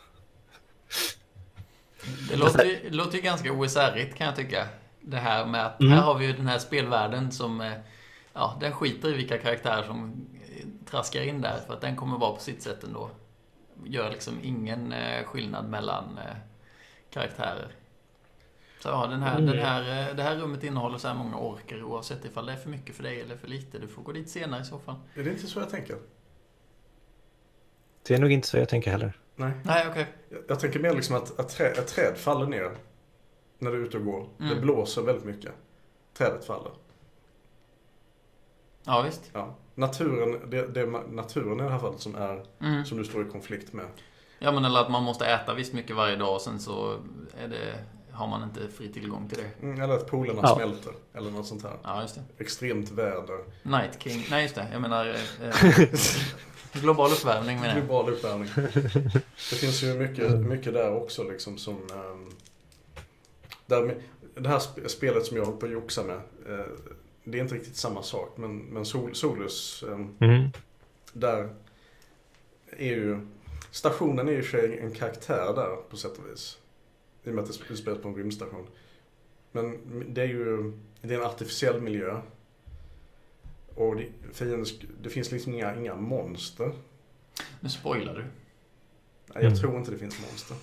Det låter, ju- det låter ju ganska O S R-igt kan jag tycka. Det här med att Mm. här har vi ju den här spelvärlden som, eh, ja, den skiter i vilka karaktärer som eh, traskar in där. För att den kommer vara på sitt sätt ändå. Gör liksom ingen eh, skillnad mellan eh, karaktärer. Så ja, den här, Mm. den här, eh, det här rummet innehåller så här många orker oavsett ifall det är för mycket för dig eller för lite. Du får gå dit senare i så fall. Är det inte så jag tänker? det är nog inte så jag tänker heller. Nej. Nej, okej. Jag, jag tänker mer liksom att, att trä, ett träd faller ner när du är ute och går. Det Mm. blåser väldigt mycket. Trädet faller. Ja, visst. Ja. Naturen, det, det är ma- naturen i det här fallet som, är, Mm. som du står i konflikt med. Ja, men eller att man måste äta visst mycket varje dag och sen så är det, har man inte fri tillgång till det. Mm, eller att polerna Ja. smälter. Eller något sånt här. Ja, just det. Extremt väder. Night King. Nej, just det. Jag menar eh, global uppvärmning menar jag. Global uppvärmning. Det finns ju mycket, mycket där också liksom som... ehm, där med, det här sp- spelet som jag håller på att joxa med. Eh, det är inte riktigt samma sak. Men, men Sol, Solus... ehm, Mm. där är ju... Stationen är ju för sig en karaktär där på sätt och vis. I och med att det spelas på en rymdstation. Men det är ju... Det är en artificiell miljö. Och det, fiendens, det finns liksom inga, inga monster. Nu spoilar du. Nej, jag Mm. tror inte det finns monster.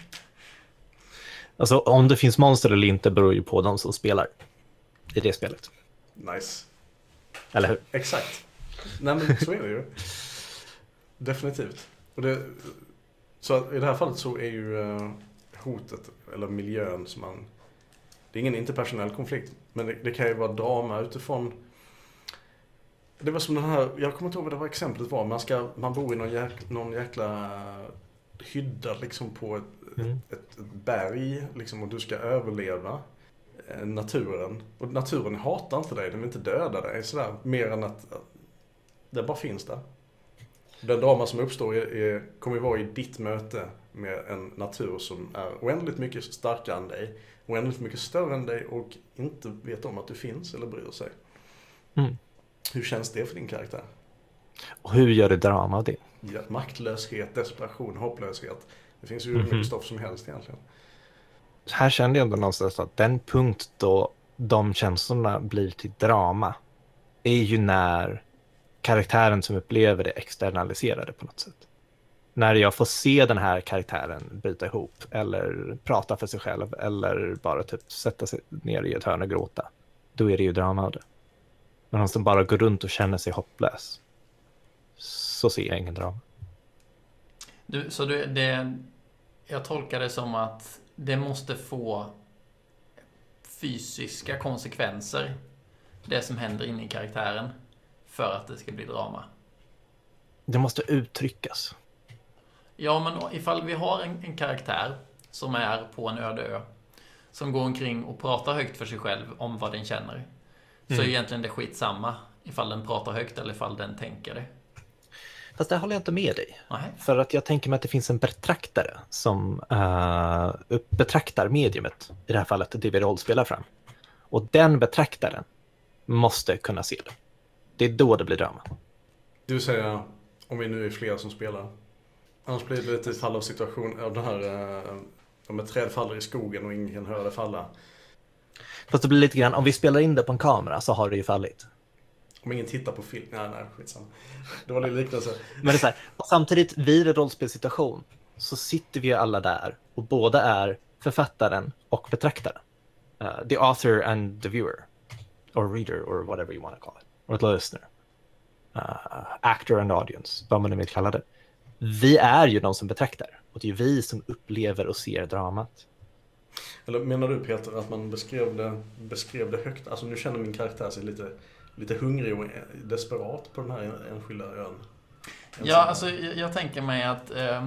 Alltså, om det finns monster eller inte beror ju på de som spelar i det spelet. Nice. Eller hur? Exakt. Nej, men så är det ju. Definitivt. Och det, så att i det här fallet så är ju eh, hotet, eller miljön som man... Det är ingen interpersonell konflikt, men det, det kan ju vara drama utifrån... Det var som den här, jag kommer inte ihåg vad det var exemplet var, man, ska, man bor i någon, jäk, någon jäkla hydda liksom på ett, Mm. ett, ett berg liksom, och du ska överleva eh, naturen. Och naturen hatar inte dig, den vill inte döda dig sådär, mer än att, att det bara finns där. Den drama som uppstår är, är, kommer ju vara i ditt möte med en natur som är oändligt mycket starkare än dig, oändligt mycket större än dig och inte vet om att du finns eller bryr sig. Mm. Hur känns det för din karaktär? Och hur gör det drama av det? Ja, maktlöshet, desperation, hopplöshet. Det finns ju Mhm. mycket stoff som helst egentligen. Här kände jag ändå någonstans att den punkt då de känslorna blir till drama är ju när karaktären som upplever det externaliserar det på något sätt. När jag får se den här karaktären bryta ihop eller prata för sig själv eller bara typ sätta sig ner i ett hörn och gråta, då är det ju drama av det. Men om som bara går runt och känner sig hopplös, så ser jag ingen drama. Du, så du, det, jag tolkar det som att det måste få fysiska konsekvenser, det som händer inne i karaktären, för att det ska bli drama. Det måste uttryckas. Ja, men ifall vi har en, en karaktär som är på en öde ö, som går omkring och pratar högt för sig själv om vad den känner, mm. så är egentligen det skitsamma ifall den pratar högt eller ifall den tänker det. Fast det håller jag inte med dig. Nej. För att jag tänker mig att det finns en betraktare som uh, betraktar mediumet, i det här fallet det vi rollspelar fram. Och den betraktaren måste kunna se det. Det är då det blir drama. Du säger, om vi nu är fler som spelar, annars blir det lite fall av situation av den här, uh, om ett träd faller i skogen och ingen hör det falla. Fast det blir lite grann, om vi spelar in det på en kamera så har det ju fallit. Om ingen tittar på film. Nej, nej, skitsamma. Det var lite liknande. Men det är så här, och samtidigt vid en rollspelssituation så sitter vi alla där och båda är författaren och betraktaren. Uh, the author and the viewer. Or reader, or whatever you want to call it. Or the listener. Uh, actor and audience, vad man nu vill kalla det. Vi är ju de som betraktar. Och det är ju vi som upplever och ser dramat. Eller menar du, Peter, att man beskrev det, beskrev det högt? Alltså nu känner min karaktär sig lite... lite hungrig och desperat på den här enskilda ön. Ja, alltså jag, jag tänker mig att eh,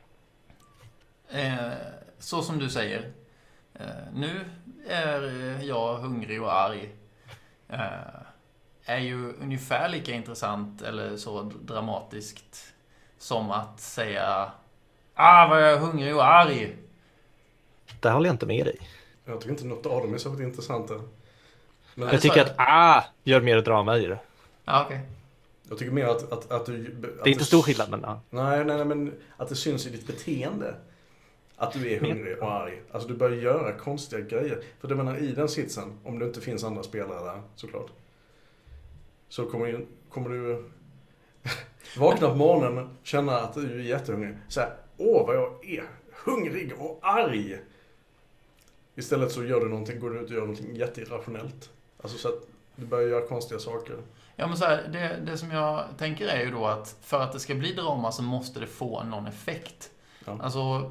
eh, så som du säger, eh, nu är jag hungrig och arg, eh, är ju ungefär lika intressant eller så dramatiskt som att säga ah, vad jag är hungrig och arg. Det håller jag inte med dig. Jag tycker inte något av dem är så intressant. Men jag tycker att ah, gör mer drama i det. Ja, okej. Okay. Jag tycker mer att, att, att du... Att det är inte stor skillnad, men... Ja. Nej, nej, nej, men att det syns i ditt beteende. Att du är hungrig och arg. Alltså du börjar göra konstiga grejer. För det menar, i den sitsen, om det inte finns andra spelare där, såklart. Så kommer, kommer du vakna på morgonen, känna att du är jättehungrig. Så här, åh vad jag är hungrig och arg. Istället så gör du någonting, går du ut och gör någonting jätteirrationellt. Alltså så att du börjar göra konstiga saker. Ja, men så här, det, det som jag tänker är ju då att för att det ska bli drama så måste det få någon effekt. Ja. Alltså,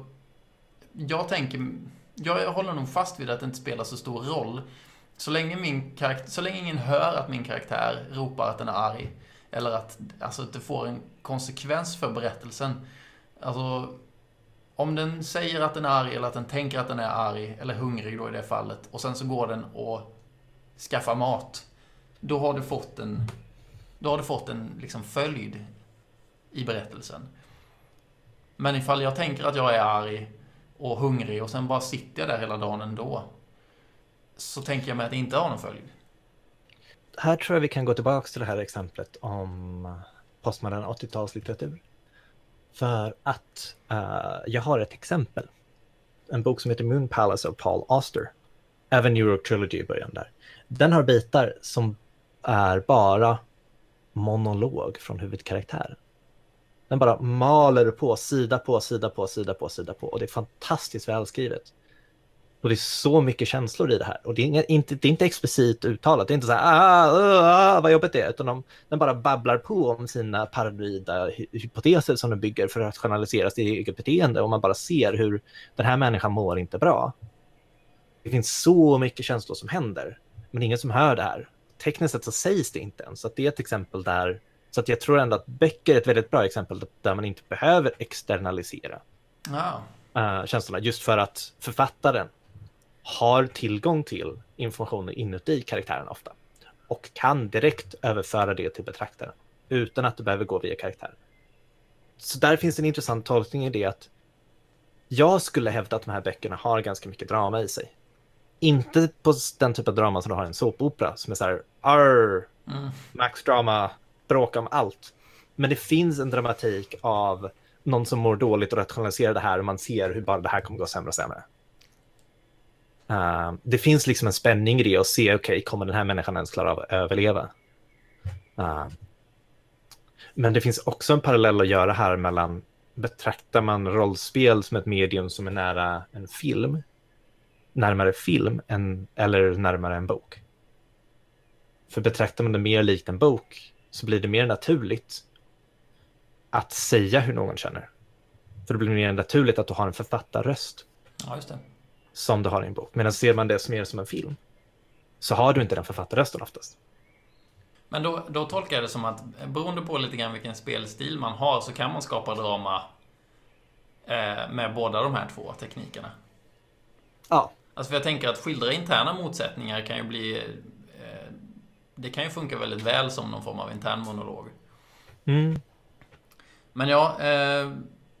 jag tänker, jag håller nog fast vid att det inte spelar så stor roll. Så länge, min karaktär, så länge ingen hör att min karaktär ropar att den är arg. Eller att, alltså, att det får en konsekvens för berättelsen. Alltså, om den säger att den är arg eller att den tänker att den är arg eller hungrig då i det fallet. Och sen så går den och skaffar mat. Då har du fått en, då har du fått en liksom följd i berättelsen. Men ifall jag tänker att jag är arg och hungrig och sen bara sitter jag där hela dagen ändå, så tänker jag mig att det inte har någon följd. Här tror jag vi kan gå tillbaka till det här exemplet om postmodern åttiotalslitteratur. För att uh, jag har ett exempel. En bok som heter Moon Palace av Paul Auster. Även New York Trilogy i början där. Den har bitar som är bara monolog från huvudkaraktären. Den bara maler på, sida på, sida på, sida på, sida på. Och det är fantastiskt välskrivet. Och det är så mycket känslor i det här. Och det är, inga, inte, det är inte explicit uttalat. Det är inte så här, ah, ah, ah, vad jobbigt det är. Utan de, den bara babblar på om sina paranoida hypoteser som de bygger för att rationalisera sitt eget beteende. Och man bara ser hur den här människan mår inte bra. Det finns så mycket känslor som händer. Men ingen som hör det här. Tekniskt sett så sägs det inte ens. Så att det är ett exempel där. Så att jag tror ändå att böcker är ett väldigt bra exempel där man inte behöver externalisera ja. uh, känslorna. Just för att författaren har tillgång till informationen inuti karaktären ofta. Och kan direkt överföra det till betraktaren. Utan att det behöver gå via karaktären. Så där finns en intressant tolkning i det att jag skulle hävda att de här böckerna har ganska mycket drama i sig. Inte på den typ av drama som du har i en såpopera som är så här, arr, mm. max drama, bråka om allt. Men det finns en dramatik av någon som mår dåligt och rationaliserar det här och man ser hur bara det här kommer gå sämre och sämre. Uh, det finns liksom en spänning i det och se, okej, okay, kommer den här människan ens klara av att överleva? Uh, men det finns också en parallell att göra här mellan, betraktar man rollspel som ett medium som är nära en film, närmare film än, eller närmare en bok? För betraktar man det mer likt en bok så blir det mer naturligt att säga hur någon känner. För det blir mer naturligt att du har en författarröst. Ja, just det. Som du har i en bok. Medan ser man det mer som en film så har du inte den författarrösten oftast. Men då, då tolkar jag det som att beroende på lite grann vilken spelstil man har så kan man skapa drama eh, med båda de här två teknikerna. Ja. Alltså för jag tänker att skildra interna motsättningar kan ju bli... Eh, det kan ju funka väldigt väl som någon form av intern monolog. Mm. Men ja... Eh,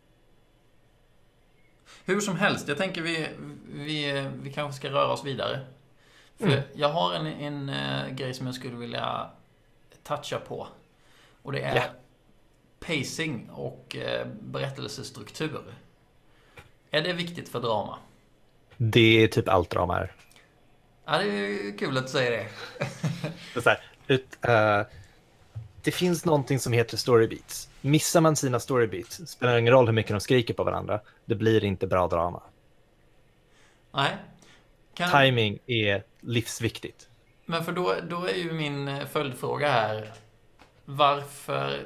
hur som helst, jag tänker vi, vi, vi kanske ska röra oss vidare. För mm. jag har en, en uh, grej som jag skulle vilja toucha på. Och det är yeah. pacing och uh, berättelsestruktur. Är det viktigt för drama? Det är typ allt drama är. Ja, det är kul att du säger det. det, är så här, ut, uh, det finns någonting som heter storybeats. Missar man sina storybeats, spelar ingen roll hur mycket de skriker på varandra, det blir inte bra drama. Nej. Kan... Timing är livsviktigt. Men för då, då är ju min följdfråga här, varför...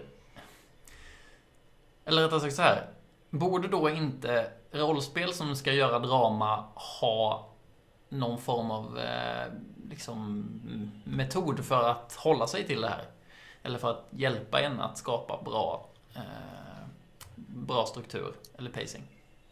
Eller rättare sagt så här, borde då inte rollspel som ska göra drama ha någon form av eh, liksom, metod för att hålla sig till det här? Eller för att hjälpa en att skapa bra, eh, bra struktur eller pacing?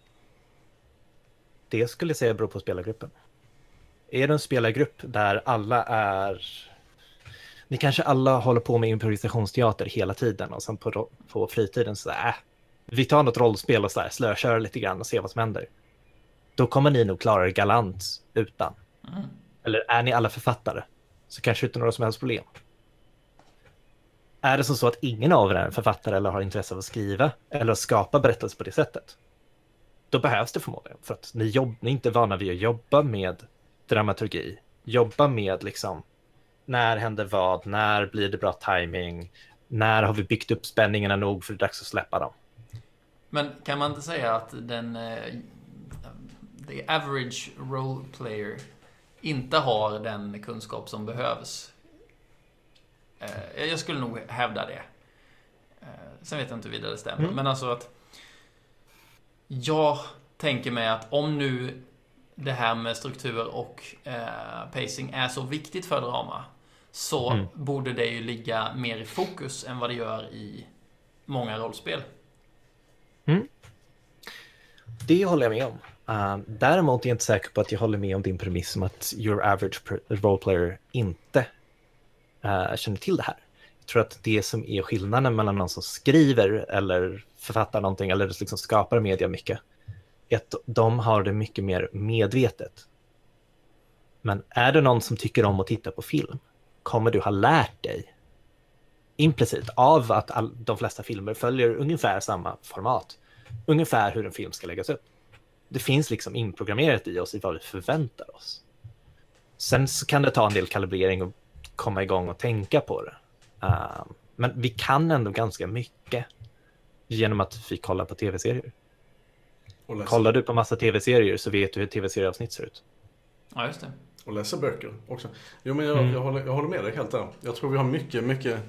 Det skulle jag säga beror på spelargruppen. Är det en spelargrupp där alla är... Ni kanske alla håller på med improvisationsteater hela tiden och sen på, på fritiden så där, äh, vi tar något rollspel och så där, slökör lite grann och ser vad som händer. Då kommer ni nog klara det galant utan. Mm. Eller är ni alla författare så kanske utan några som helst problem. Är det som så att ingen av er är en författare eller har intresse av att skriva eller att skapa berättelser på det sättet, då behövs det förmodligen. För att ni, jobb, ni är inte vana vid att jobba med dramaturgi. Jobba med liksom, när händer vad, när blir det bra timing, när har vi byggt upp spänningarna nog för det är dags att släppa dem. Men kan man inte säga att den the average role player inte har den kunskap som behövs? Jag skulle nog hävda det. Sen vet jag inte huruvida det stämmer. Mm. Men alltså att jag tänker mig att om nu det här med struktur och eh, pacing är så viktigt för drama, så mm. borde det ju ligga mer i fokus än vad det gör i många rollspel. Mm. Det håller jag med om. Uh, däremot är jag inte säker på att jag håller med om din premiss om att your average roleplayer inte uh, känner till det här. Jag tror att det som är skillnaden mellan någon som skriver eller författar någonting eller liksom skapar media mycket är att de har det mycket mer medvetet. Men är det någon som tycker om att titta på film, kommer du ha lärt dig implicit av att all, de flesta filmer följer ungefär samma format. Ungefär hur en film ska läggas upp. Det finns liksom inprogrammerat i oss i vad vi förväntar oss. Sen så kan det ta en del kalibrering och komma igång och tänka på det. Uh, men vi kan ändå ganska mycket genom att vi kollar på tv-serier. Kollar du på massa tv-serier så vet du hur tv-serieavsnitt ser ut. Ja, just det. Och läsa böcker också. Jo, men jag, mm. jag, håller, jag håller med dig helt där. Jag tror vi har mycket, mycket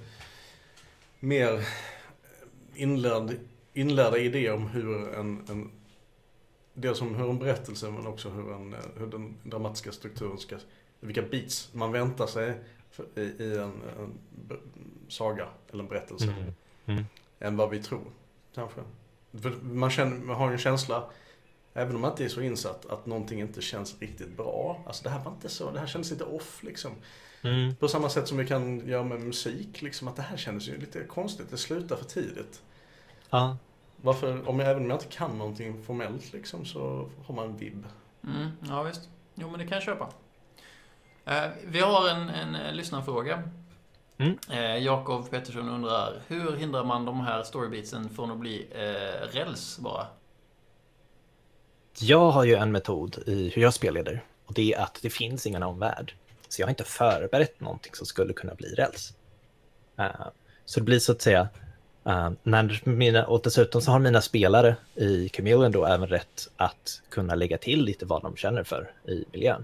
mer inlärd, inlärda idéer om hur en, en dels om hur en berättelse, men också hur, en, hur den dramatiska strukturen ska, vilka beats man väntar sig i, i en, en saga eller en berättelse mm. Mm. än vad vi tror, kanske. För man, känner, man har en känsla, även om man inte är så insatt, att någonting inte känns riktigt bra. Alltså det här var inte så, det här känns lite off liksom. Mm. På samma sätt som vi kan göra med musik, liksom, att det här kändes ju lite konstigt, det slutar för tidigt. Ja. Varför, om jag, även om jag inte kan någonting formellt liksom, så har man en vibb. Mm, ja visst. Jo, men det kan jag köpa. Eh, vi har en, en lyssnarfråga. Mm. Eh, Jakob Pettersson undrar, hur hindrar man de här storybeatsen från att bli eh, räls bara? Jag har ju en metod i hur jag spelleder, och det är att det finns ingen omvärld. Så jag har inte förberett någonting som skulle kunna bli räls. Uh, så det blir så att säga, uh, när mina, och dessutom så har mina spelare i Chameleon då även rätt att kunna lägga till lite vad de känner för i miljön.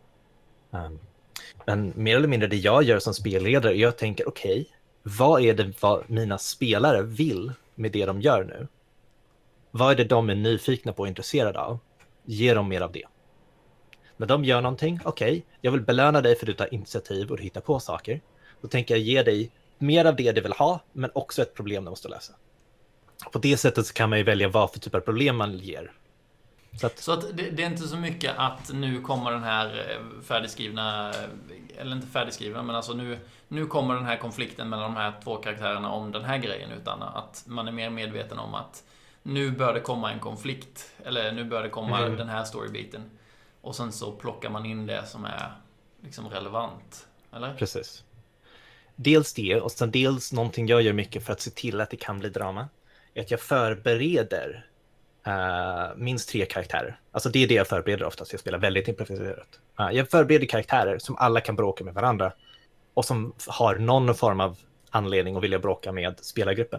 Um, men mer eller mindre det jag gör som spelledare, jag tänker okej, okay, vad är det vad mina spelare vill med det de gör nu? Vad är det de är nyfikna på och intresserade av? Ge dem mer av det. När de gör någonting, okej, okay, jag vill belöna dig för att du tar initiativ och du hittar på saker. Då tänker jag ge dig mer av det du vill ha, men också ett problem du måste lösa. På det sättet så kan man ju välja vad för typ av problem man ger. Så att, så att det, det är inte så mycket att nu kommer den här färdigskrivna, eller inte färdigskrivna, men alltså nu, nu kommer den här konflikten mellan de här två karaktärerna om den här grejen, utan att man är mer medveten om att nu bör det komma en konflikt, eller nu bör det komma mm. den här storybiten. Och sen så plockar man in det som är liksom relevant, eller? Precis. Dels det, och sen dels någonting jag gör mycket för att se till att det kan bli drama, är att jag förbereder uh, minst tre karaktärer. Alltså det är det jag förbereder oftast, jag spelar väldigt improviserat. Uh, jag förbereder karaktärer som alla kan bråka med varandra och som har någon form av anledning att vilja bråka med spelargruppen.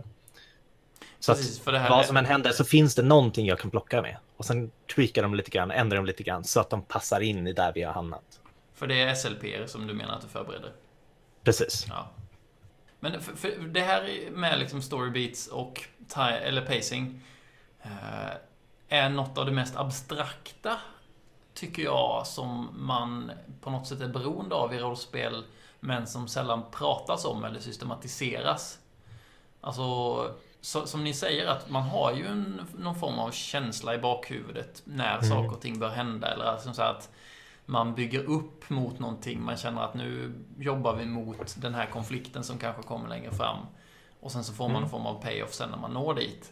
Så Precis, att för det här vad som än händer så finns det någonting jag kan plocka med. Och sen tweakar de lite grann, ändrar de lite grann så att de passar in i där vi har hamnat. För det är S L P som du menar att du förbereder? Precis. Ja. Men för, för det här med liksom storybeats och tie, eller pacing eh, är något av det mest abstrakta, tycker jag, som man på något sätt är beroende av i rollspel, men som sällan pratas om eller systematiseras. Alltså, så, som ni säger, att man har ju en, någon form av känsla i bakhuvudet när mm. saker och ting bör hända, eller alltså så att man bygger upp mot någonting, man känner att nu jobbar vi mot den här konflikten som kanske kommer längre fram, och sen så får man mm. en form av payoff sen när man når dit.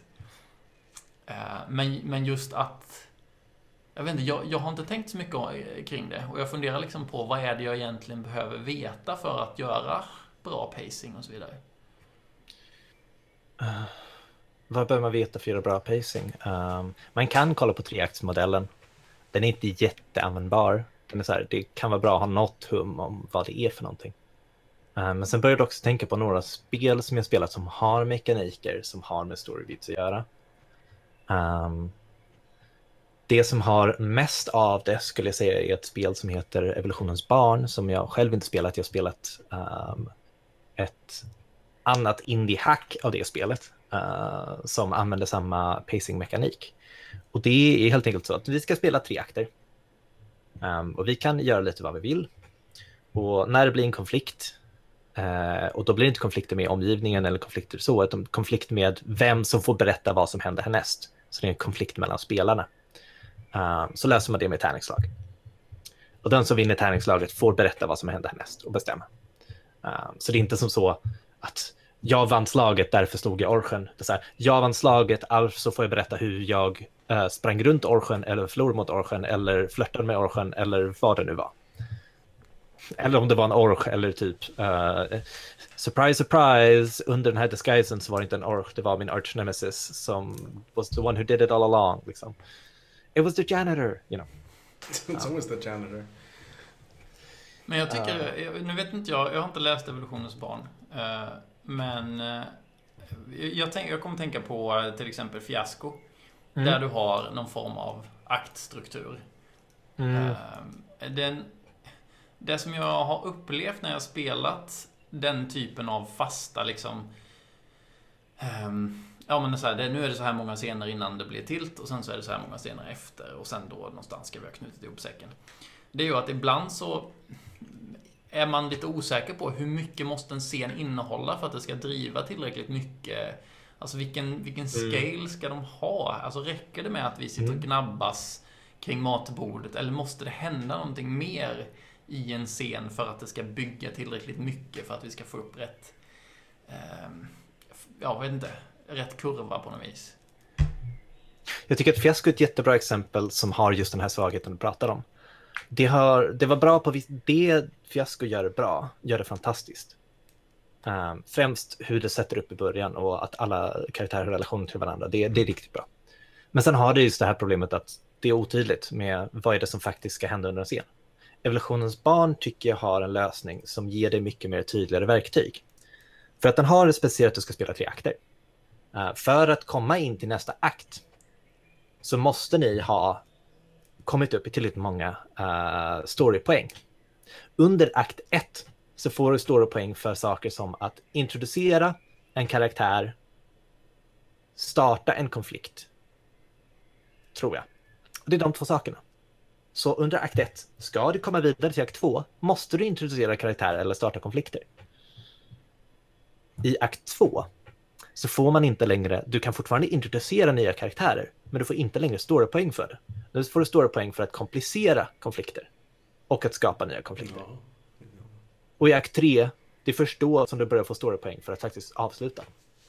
Men, men just att jag vet inte, jag, jag har inte tänkt så mycket kring det, och jag funderar liksom på vad är det jag egentligen behöver veta för att göra bra pacing och så vidare. Uh, vad behöver man veta för att göra bra pacing? Um, man kan kolla på treaktsmodellen. Den är inte jätteanvändbar. Den är så här, det kan vara bra att ha något hum om vad det är för någonting. Uh, men sen började jag också tänka på några spel som jag spelat som har mekaniker som har med storybeats att göra. Um, det som har mest av det skulle jag säga är ett spel som heter Evolutionens barn, som jag själv inte spelat. Jag har spelat um, ett annat indie-hack av det spelet uh, som använder samma pacing-mekanik. Och det är helt enkelt så att vi ska spela tre akter. Um, och vi kan göra lite vad vi vill. Och när det blir en konflikt, uh, och då blir det inte konflikter med omgivningen eller konflikter så, utan konflikt med vem som får berätta vad som händer härnäst. Så det är en konflikt mellan spelarna. Uh, så löser man det med tärningsslag. Och den som vinner tärningsslaget får berätta vad som händer härnäst och bestämma. Uh, så det är inte som så att jag vann slaget, därför slog jag orchen. Det är så här, jag vann slaget, alltså får jag berätta hur jag uh, sprang runt orchen eller förlorade mot orchen eller flörtade med orchen eller vad det nu var. Eller om det var en orch eller typ uh, surprise, surprise, under den här disguisen så var det inte en orch, det var min arch nemesis som was the one who did it all along. Liksom. It was the janitor, you know. It's always the janitor. Men jag tycker, uh, nu vet inte jag, jag har inte läst Evolutionens barn. Uh, men uh, jag, tänk, jag kommer tänka på uh, till exempel Fiasko. Mm. Där du har någon form av aktstruktur. Mm. Uh, den, det som jag har upplevt när jag spelat den typen av fasta liksom... Um, ja men så här, det, nu är det så här många scener innan det blir tilt, och sen så är det så här många scener efter, och sen då någonstans ska vi ha knutit ihop säcken. Det är ju att ibland så är man lite osäker på hur mycket måste en scen innehålla för att det ska driva tillräckligt mycket. Alltså vilken, vilken scale ska de ha? Alltså räcker det med att vi sitter och gnabbas kring matbordet, eller måste det hända någonting mer i en scen för att det ska bygga tillräckligt mycket för att vi ska få upp rätt eh, jag vet inte, rätt kurva på något vis. Jag tycker att Fiasko är ett jättebra exempel som har just den här svagheten du pratar om. Det, har, det var bra på det Fiasko gör bra, gör det fantastiskt. Um, främst hur det sätter upp i början och att alla karaktärer har relation till varandra, det, det är riktigt bra. Men sen har det just det här problemet att det är otydligt med vad är det som faktiskt ska hända under en scen. Evolutionens barn tycker jag har en lösning som ger dig mycket mer tydligare verktyg. För att den har specificerat att du ska spela tre akter. Uh, för att komma in till nästa akt så måste ni ha kommit upp i tillräckligt många uh, storypoäng. Under akt ett så får du storypoäng för saker som att introducera en karaktär, starta en konflikt, tror jag. Det är de två sakerna. Så under akt ett, ska du komma vidare till akt två, måste du introducera karaktärer eller starta konflikter. I akt två så får man inte längre, du kan fortfarande introducera nya karaktärer, men du får inte längre storypoäng för det. Nu får du storypoäng för att komplicera konflikter och att skapa nya konflikter. Ja. Och i akt tre, det är först då som du börjar få storypoäng för att faktiskt avsluta.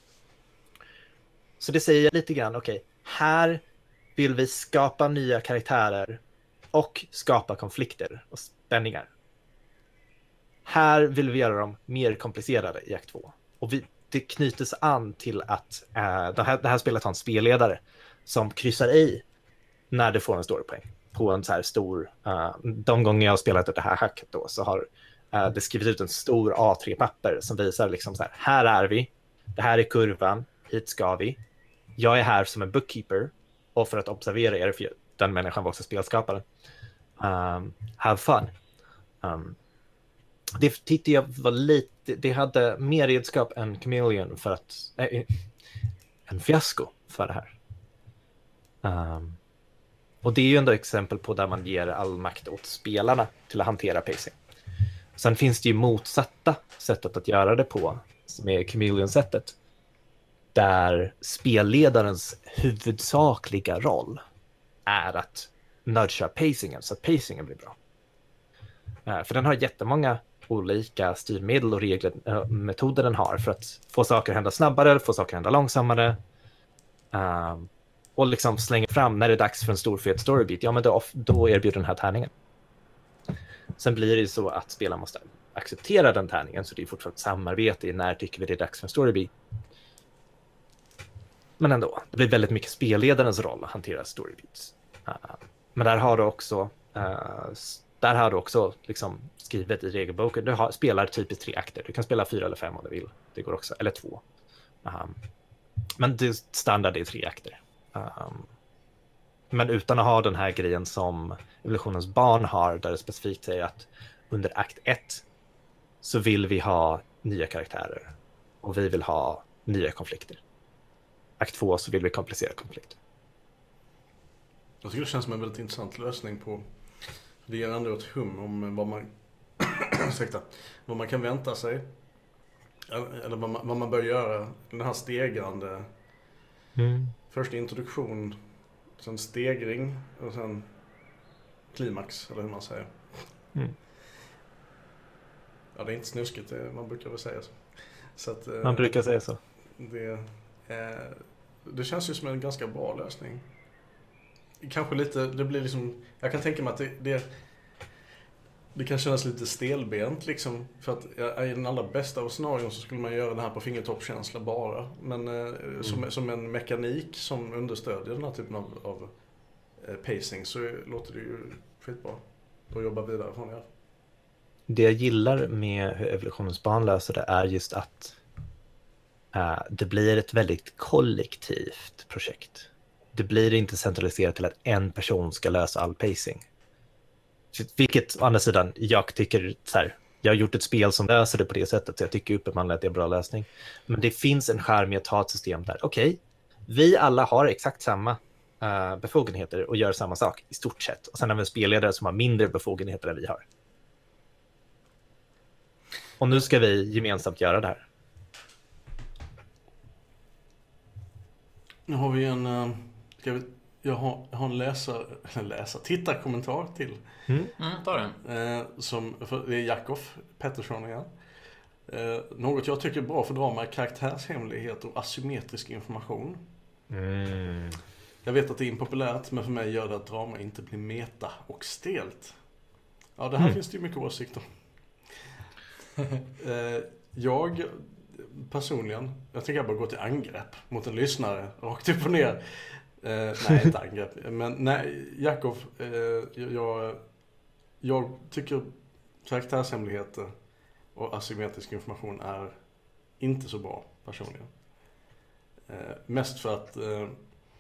Så det säger lite grann, okej, okay, här vill vi skapa nya karaktärer och skapa konflikter och spänningar. Här vill vi göra dem mer komplicerade i akt två. Och vi, det knytes an till att äh, det, här, det här spelet har en spelledare som kryssar i när du får en storypoäng på en så här stor... Uh, de gånger jag har spelat det här hacket då så har uh, det skrivit ut en stor A tre-papper som visar liksom så här, här är vi, det här är kurvan, hit ska vi. Jag är här som en bookkeeper och för att observera er, för den människan var också spelskaparen. Um, have fun. Um, det tyckte jag var lite, det hade mer redskap än Chameleon för att, äh, en fiasko för det här. Um, och det är ju ändå exempel på där man ger all makt åt spelarna till att hantera pacing. Sen finns det ju motsatta sättet att göra det på, som är Chameleon-sättet, där spelledarens huvudsakliga roll är att nudga pacingen så att pacingen blir bra. Uh, för den har jättemånga olika styrmedel och regler, äh, metoder den har för att få saker att hända snabbare, få saker att hända långsammare. Uh, och liksom slänga fram när det är dags för en stor fet storybeat, ja men då, då erbjuder den här tärningen. Sen blir det ju så att spelaren måste acceptera den tärningen, så det är fortfarande ett samarbete i när tycker vi det är dags för en storybeat. Men ändå, det blir väldigt mycket spelledarens roll att hantera storybeats. Uh, men där har du också uh, där har du också liksom skrivet i regelboken, du har, spelar typiskt tre akter. Du kan spela fyra eller fem om du vill. Det går också, eller två. Um, men det standard är tre akter. Um, men utan att ha den här grejen som Evolutionens barn har, där det specifikt säger att under akt ett så vill vi ha nya karaktärer och vi vill ha nya konflikter. Akt två så vill vi komplicera konflikter. Jag tycker det känns som en väldigt intressant lösning på, det ger ändå ett hum om vad man ursäkta, vad man kan vänta sig eller vad man, vad man bör göra, den här stegrande mm. först introduktion, sen stegring och sen klimax, eller hur man säger. Mm. Ja, det är inte snuskigt, det, man brukar väl säga så. Så att, man brukar säga så. Det, eh, det känns ju som en ganska bra lösning. Kanske lite, det blir liksom, jag kan tänka mig att det, det, det kan kännas lite stelbent liksom, för att ja, i den allra bästa av scenarion så skulle man göra det här på fingertoppskänsla bara, men eh, mm. som, som en mekanik som understödjer den här typen av, av eh, pacing, så låter det ju skitbra att jobba vidare från det. Det jag gillar med hur Evolutionens barn löser det är just att uh, det blir ett väldigt kollektivt projekt. Det blir inte centraliserat till att en person ska lösa all pacing. Vilket, å andra sidan, jag tycker så här, jag har gjort ett spel som löser det på det sättet, så jag tycker uppenbarligen att det är en bra lösning. Men det finns en charm i att ha ett system där, okej, okay, vi alla har exakt samma uh, befogenheter och gör samma sak i stort sett. Och sen har vi en spelledare som har mindre befogenheter än vi har. Och nu ska vi gemensamt göra det här. Nu har vi en... Uh... Ska vi, jag, har, jag har en läsare, läsare, tittarkommentar till. Mm. Mm, ta den. Eh, som, det är Jakob Pettersson igen. Eh, något jag tycker är bra för drama är karaktärshemligheter och asymmetrisk information. Mm. Jag vet att det är impopulärt, men för mig gör det att drama inte blir meta och stelt. Ja, det här mm. finns det ju mycket åsikter. eh, jag personligen, jag tänker bara gå till angrepp mot en lyssnare, rakt upp och ner. Eh, nej, inte angrepp. Men nej, Jakob, eh, jag, jag tycker karaktärshemligheter och asymmetrisk information är inte så bra personligen. Eh, mest för att eh,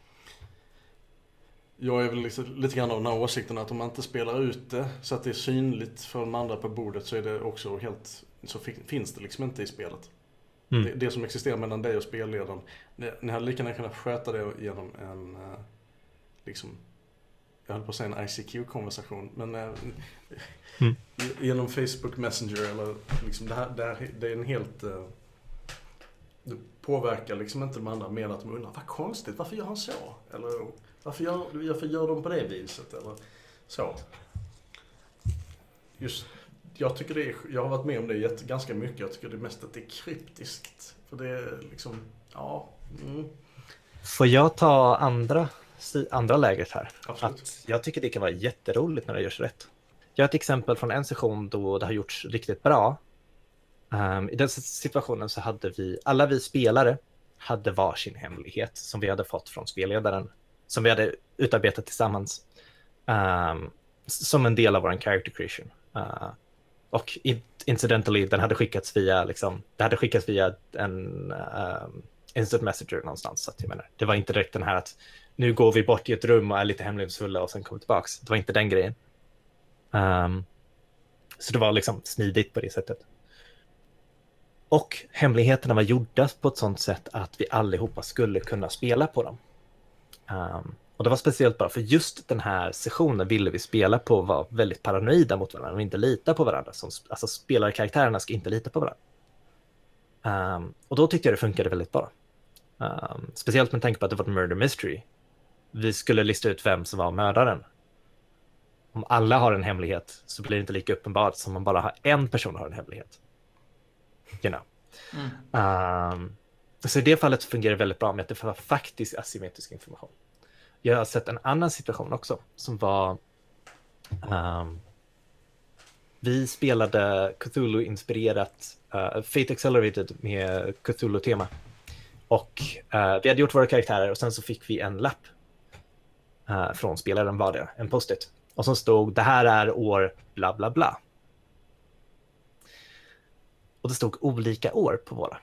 jag är väl liksom lite grann av den här åsikten att om man inte spelar ut det så att det är synligt för de andra på bordet, så är det också helt, så finns det liksom inte i spelet. Mm. Det, det som existerar mellan dig och spelledaren, ni hade lika gärna kunnat sköta det genom en eh, liksom, jag höll på att säga en I C Q-konversation, men eh, mm. genom Facebook Messenger eller liksom det här, det, här, det är en helt eh, det påverkar liksom inte de andra med att de undrar, vad konstigt, varför gör han så? Eller varför gör, varför gör de på det viset? Eller så. Just, jag tycker det är, jag har varit med om det jätte, ganska mycket. Jag tycker det mest att det är kryptiskt. För det är liksom, ja. Mm. Får jag ta andra, andra läget här? Absolut. Att jag tycker det kan vara jätteroligt när det görs rätt. Jag har ett exempel från en session då det har gjorts riktigt bra. Um, I den situationen så hade vi, alla vi spelare hade varsin hemlighet som vi hade fått från spelledaren, som vi hade utarbetat tillsammans um, som en del av vår character creation. Uh, och incidentally, den hade skickats via, liksom, det hade skickats via en um, instant messenger någonstans. Så att jag menar, det var inte direkt den här att nu går vi bort i ett rum och är lite hemlighetsfulla och sen kommer tillbaks. Det var inte den grejen. Um, så det var liksom smidigt på det sättet. Och hemligheterna var gjorda på ett sånt sätt att vi allihopa skulle kunna spela på dem. Um, och det var speciellt bra, för just den här sessionen ville vi spela på var väldigt paranoida mot varandra och inte lita på varandra. Som, alltså spelarkaraktärerna ska inte lita på varandra. Um, och då tyckte jag det funkade väldigt bra. Um, speciellt med tanke på att det var ett murder mystery. Vi skulle lista ut vem som var mördaren. Om alla har en hemlighet så blir det inte lika uppenbart som om bara har en person har en hemlighet. You know. Mm. Um, så i det fallet fungerar det väldigt bra med att det var faktiskt asymmetrisk information. Jag har sett en annan situation också som var um, vi spelade Cthulhu-inspirerat uh, Fate Accelerated med Cthulhu-tema. Och uh, vi hade gjort våra karaktärer och sen så fick vi en lapp uh, från spelaren, var det, en post-it. Och som stod, det här är år bla bla bla. Och det stod olika år på våra.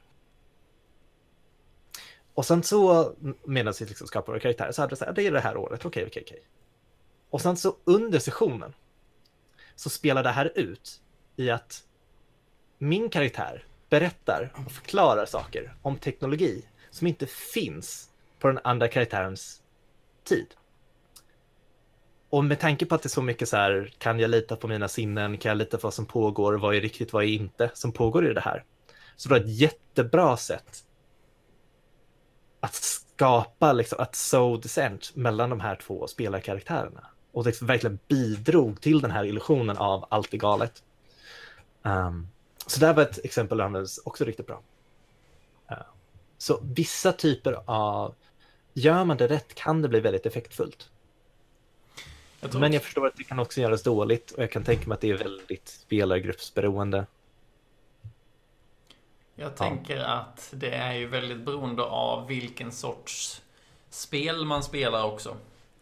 Och sen så, medan vi liksom skapade våra karaktärer, så hade det så här, det är det här året, okej, okej, okej. Och sen så under sessionen så spelar det här ut i att min karaktär berättar och förklarar saker om teknologi som inte finns på den andra karaktärens tid. Och med tanke på att det är så mycket så här, kan jag lita på mina sinnen, kan jag lita på vad som pågår, vad är riktigt, vad är inte, som pågår i det här. Så det var ett jättebra sätt att skapa, liksom, att so dissent mellan de här två spelarkaraktärerna. Och det verkligen bidrog till den här illusionen av allt är galet. Um, så det var ett exempel där används också riktigt bra. Uh, så vissa typer av, gör man det rätt kan det bli väldigt effektfullt. Jag Men jag förstår att det kan också göras dåligt och jag kan tänka mig att det är väldigt spelargruppsberoende. Jag ja. tänker att det är ju väldigt beroende av vilken sorts spel man spelar också.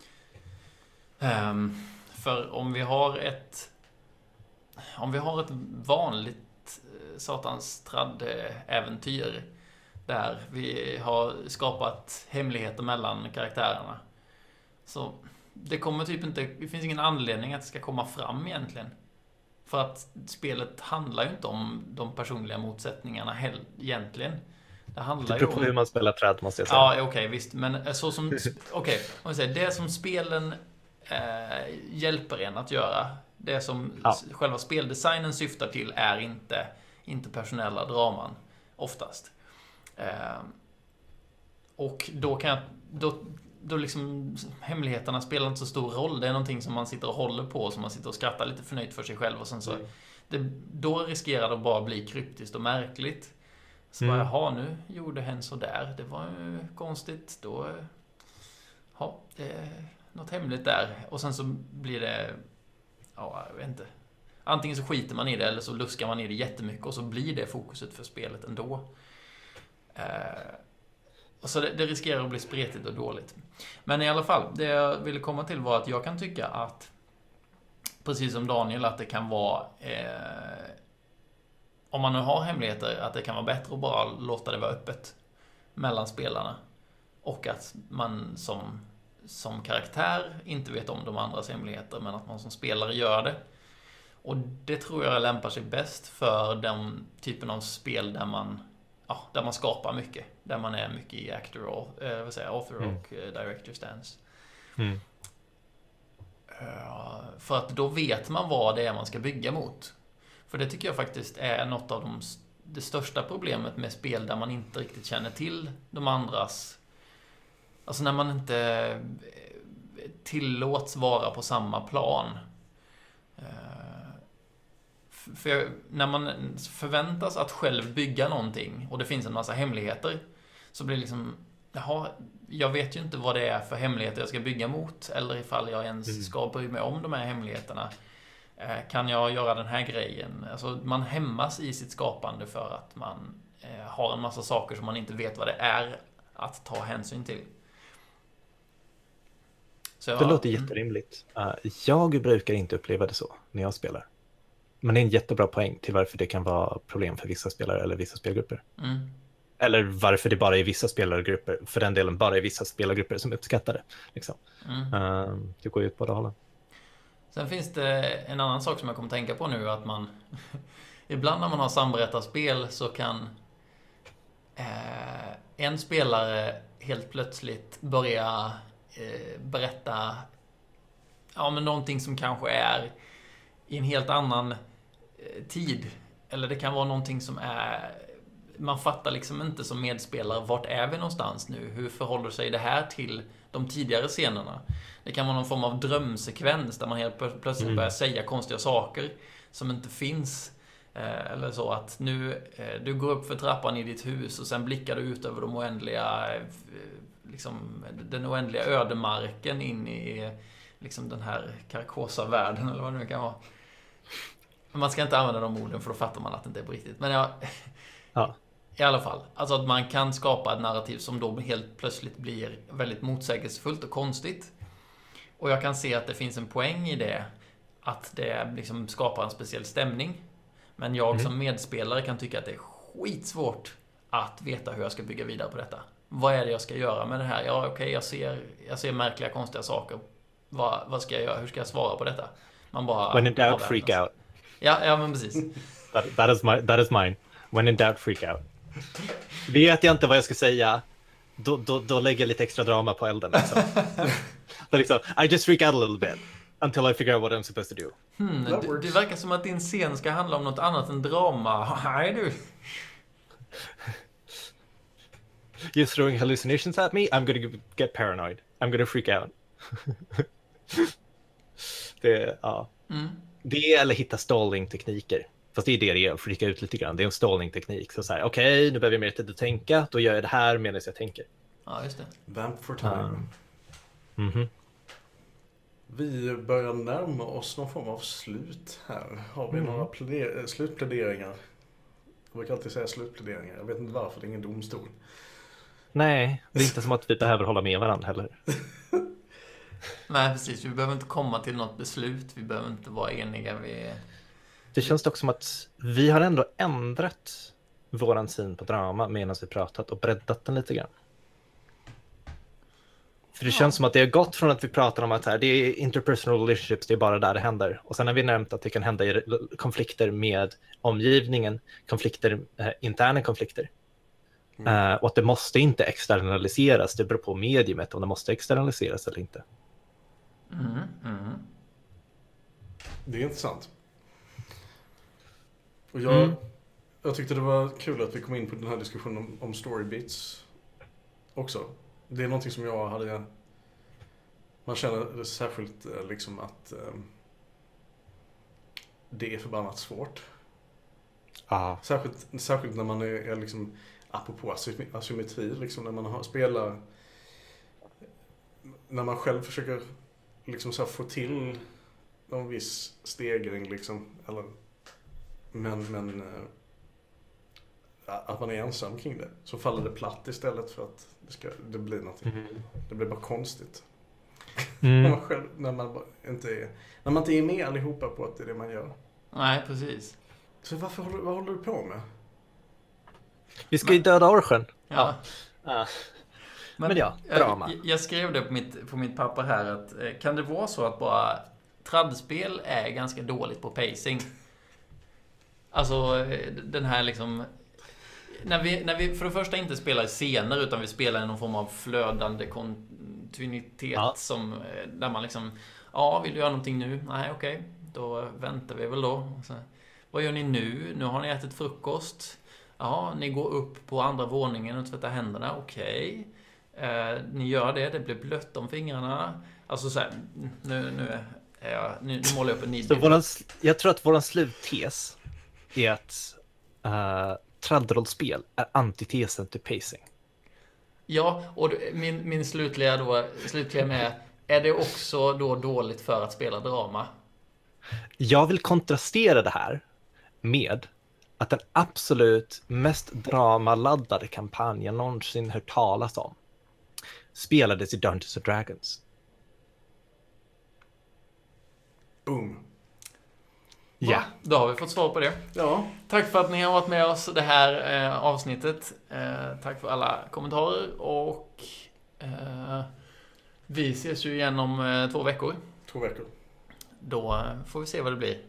Um, för om vi har ett om vi har ett vanligt satans tradd-äventyr där vi har skapat hemligheter mellan karaktärerna, så det kommer typ inte, det finns ingen anledning att det ska komma fram egentligen. För att spelet handlar ju inte om de personliga motsättningarna heller, egentligen. Det handlar det beror ju på om... hur man spelar träd, måste jag säga. Ja, okej, okay, visst. Men så som... Okej, okay, om vi säger, det som spelen eh, hjälper en att göra, det som ja. själva speldesignen syftar till är inte, inte personella draman, oftast. Eh, och då kan jag... Då, då liksom hemligheterna spelar inte så stor roll. Det är någonting som man sitter och håller på, som man sitter och skrattar lite förnöjt för sig själv och sen så mm. det, då riskerar det att bara bli kryptiskt och märkligt. Så mm. bara, jaha, nu gjorde hen så där. Det var ju konstigt. Då ja, det är något hemligt där. Och sen så blir det, ja, jag vet inte. Antingen så skiter man i det eller så luskar man i det jättemycket och så blir det fokuset för spelet ändå. Eh Och så det, det riskerar att bli spretigt och dåligt. Men i alla fall, det jag ville komma till var att jag kan tycka att, precis som Daniel, att det kan vara eh, om man nu har hemligheter, att det kan vara bättre att bara låta det vara öppet mellan spelarna. Och att man som, som karaktär inte vet om de andras hemligheter, men att man som spelare gör det. Och det tror jag lämpar sig bäst för den typen av spel där man, ja, där man skapar mycket. Där man är mycket i actor och, eh, vad säger, author Mm. och eh, director stance. Mm. Uh, för att då vet man vad det är man ska bygga mot. För det tycker jag faktiskt är något av de, det största problemet med spel där man inte riktigt känner till de andras. Alltså när man inte tillåts vara på samma plan. Uh, för när man förväntas att själv bygga någonting och det finns en massa hemligheter, så blir det liksom, jaha, jag vet ju inte vad det är för hemligheter jag ska bygga mot, eller ifall jag ens Mm. ska bry mig om de här hemligheterna. Eh, kan jag göra den här grejen? Alltså man hämmas i sitt skapande för att man eh, har en massa saker som man inte vet vad det är att ta hänsyn till. Så, Det ja, låter mm. jätterimligt. Uh, jag brukar inte uppleva det så när jag spelar. Men det är en jättebra poäng till varför det kan vara problem för vissa spelare eller vissa spelgrupper. Mm. Eller varför det bara är vissa spelargrupper, för den delen bara är vissa spelargrupper som uppskattar det. Liksom. Mm. Uh, det går ju ut på båda hållen. Sen finns det en annan sak som jag kommer tänka på nu, att man ibland när man har samberättarspel så kan eh, en spelare helt plötsligt börja eh, berätta ja, men någonting som kanske är i en helt annan eh, tid. Eller det kan vara någonting som är, man fattar liksom inte som medspelare, vart är vi någonstans nu? Hur förhåller sig det här till de tidigare scenerna? Det kan vara någon form av drömsekvens där man helt plötsligt Mm. börjar säga konstiga saker som inte finns. Eh, eller så att nu, eh, du går upp för trappan i ditt hus och sen blickar du ut över de oändliga, eh, liksom, den oändliga ödemarken in i liksom den här Carcosa-världen eller vad det nu kan vara. Man ska inte använda de orden för då fattar man att det inte är på riktigt. Men ja, Ja. i alla fall. Alltså att man kan skapa ett narrativ som då helt plötsligt blir väldigt motsägelsefullt och konstigt. Och jag kan se att det finns en poäng i det. Att det liksom skapar en speciell stämning. Men jag Mm. som medspelare kan tycka att det är skitsvårt att veta hur jag ska bygga vidare på detta. Vad är det jag ska göra med det här? Ja, okej, okay, jag ser, jag ser märkliga, konstiga saker. Vad, vad ska jag göra? Hur ska jag svara på detta? Man bara... When in doubt, freak out. Ja, ja, men precis. That, that, is my, that is mine. When in doubt, freak out. Vet jag inte vad jag ska säga, då, då, då lägger jag lite extra drama på elden. Liksom. Så liksom, I just freak out a little bit until I figure out what I'm supposed to do. Hmm, det, det verkar som att din scen ska handla om något annat än drama. Nej, du. You're throwing hallucinations at me? I'm gonna get paranoid. I'm gonna freak out. det, ja. Mm. Det eller hitta stalling-tekniker. Fast det är det det är, att freaka ut lite grann. Det är en stalling-teknik. Så så här, okej, okay, nu behöver jag mer tid att tänka. Då gör jag det här medan jag tänker. Ja, just det. Vamp for time. Um, mhm. Vi börjar närma oss någon form av slut här. Har vi Mm. några pläder- slutpläderingar? Jag brukar alltid säga slutpläderingar. Jag vet inte varför, det är ingen domstol. Nej, det är inte som att vi behöver hålla med varandra heller. Nej, precis. Vi behöver inte komma till något beslut. Vi behöver inte vara eniga. Vi... Det känns dock som att vi har ändå ändrat våran syn på drama medan vi pratat och breddat den lite grann. För det Ja. känns som att det har gått från att vi pratar om att här, det är interpersonal relationships, det är bara där det händer. Och sen har vi nämnt att det kan hända i konflikter med omgivningen, konflikter, eh, interna konflikter. Mm. Eh, och att det måste inte externaliseras, det beror på mediumet om det måste externaliseras eller inte. Mm, mm. Det är intressant. Och jag, Mm. jag tyckte det var kul att vi kom in på den här diskussionen om, om storybits också. Det är någonting som jag hade... Man känner särskilt eh, liksom att eh, det är förbannat svårt. Ah. Särskilt, särskilt när man är, är liksom, apropå asym- asymmetri, liksom när man har, spelar, när man själv försöker liksom så här få till någon viss stegring liksom, eller, men, men äh, att man är ensam kring det, så faller det platt istället för att det, ska, det blir någonting. Mm. Det blir bara konstigt. Mm. När man själv, när man bara inte är, när man inte är med allihopa på att det är det man gör. Nej, precis. Så varför håller, vad håller du på med? Vi ska ju döda orchen. Ja. Ja. Men ja, drama. Jag, jag skrev det på mitt, på mitt papper här att eh, kan det vara så att bara traddspel är ganska dåligt på pacing? Alltså eh, den här liksom när vi, när vi för det första inte spelar scener utan vi spelar i någon form av flödande kontinuitet Ja. som, eh, där man liksom ja, vill du göra någonting nu? Nej, okej. Okay. Då väntar vi väl då. Så, vad gör ni nu? Nu har ni ätit frukost. Ja, ni går upp på andra våningen och tvättar händerna. Okej. Okay. Eh, ni gör det, det blir blött om fingrarna. Alltså så här, nu, nu, är jag, nu, nu målar jag upp en ny Så våran, jag tror att vår sluttes är att uh, traddrollspel är antitesen till pacing. Ja, och min, min slutliga då, slutliga med, är det också då dåligt för att spela drama? Jag vill kontrastera det här med att den absolut mest dramaladdade kampanj jag någonsin hört talas om spelades i Dungeons and Dragons. Boom. Ja, då har vi fått svar på det. Ja. Tack för att ni har varit med oss det här eh, avsnittet. Eh, tack för alla kommentarer och eh, vi ses ju igen om eh, två veckor. Två veckor. Då eh, får vi se vad det blir.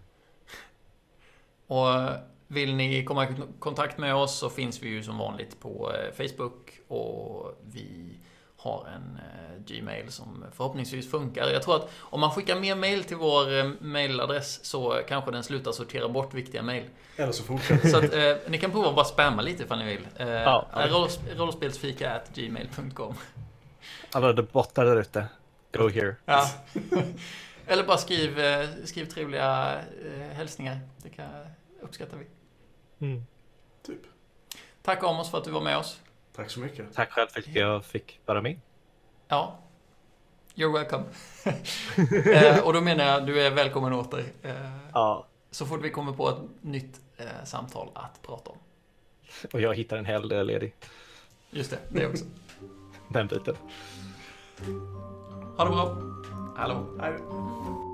Och eh, vill ni komma i kontakt med oss så finns vi ju som vanligt på eh, Facebook och vi har en eh, Gmail som förhoppningsvis funkar. Jag tror att om man skickar mer mail till vår eh, mailadress så kanske den slutar sortera bort viktiga mail. Eller så fortsätter. Så att eh, ni kan prova att bara spamma lite ifall ni vill. Eh, Ja. rollsp- rollspelsfika at gmail punkt com. Alla de bottar där ute, go here. Ja. Eller bara skriv, eh, skriv trevliga eh, hälsningar. Det kan, uppskattar vi. Mm. Typ. Tack Amos för att du var med oss. Tack så mycket. Tack själv för att jag fick vara med. Ja. You're welcome. eh, och då menar jag, du är välkommen åter. Eh, Ja, så fort vi kommer på ett nytt eh, samtal att prata om. och jag hittar en hel del ledig. Just det, det också. Den biten. Ha det bra. Hallå. Hej.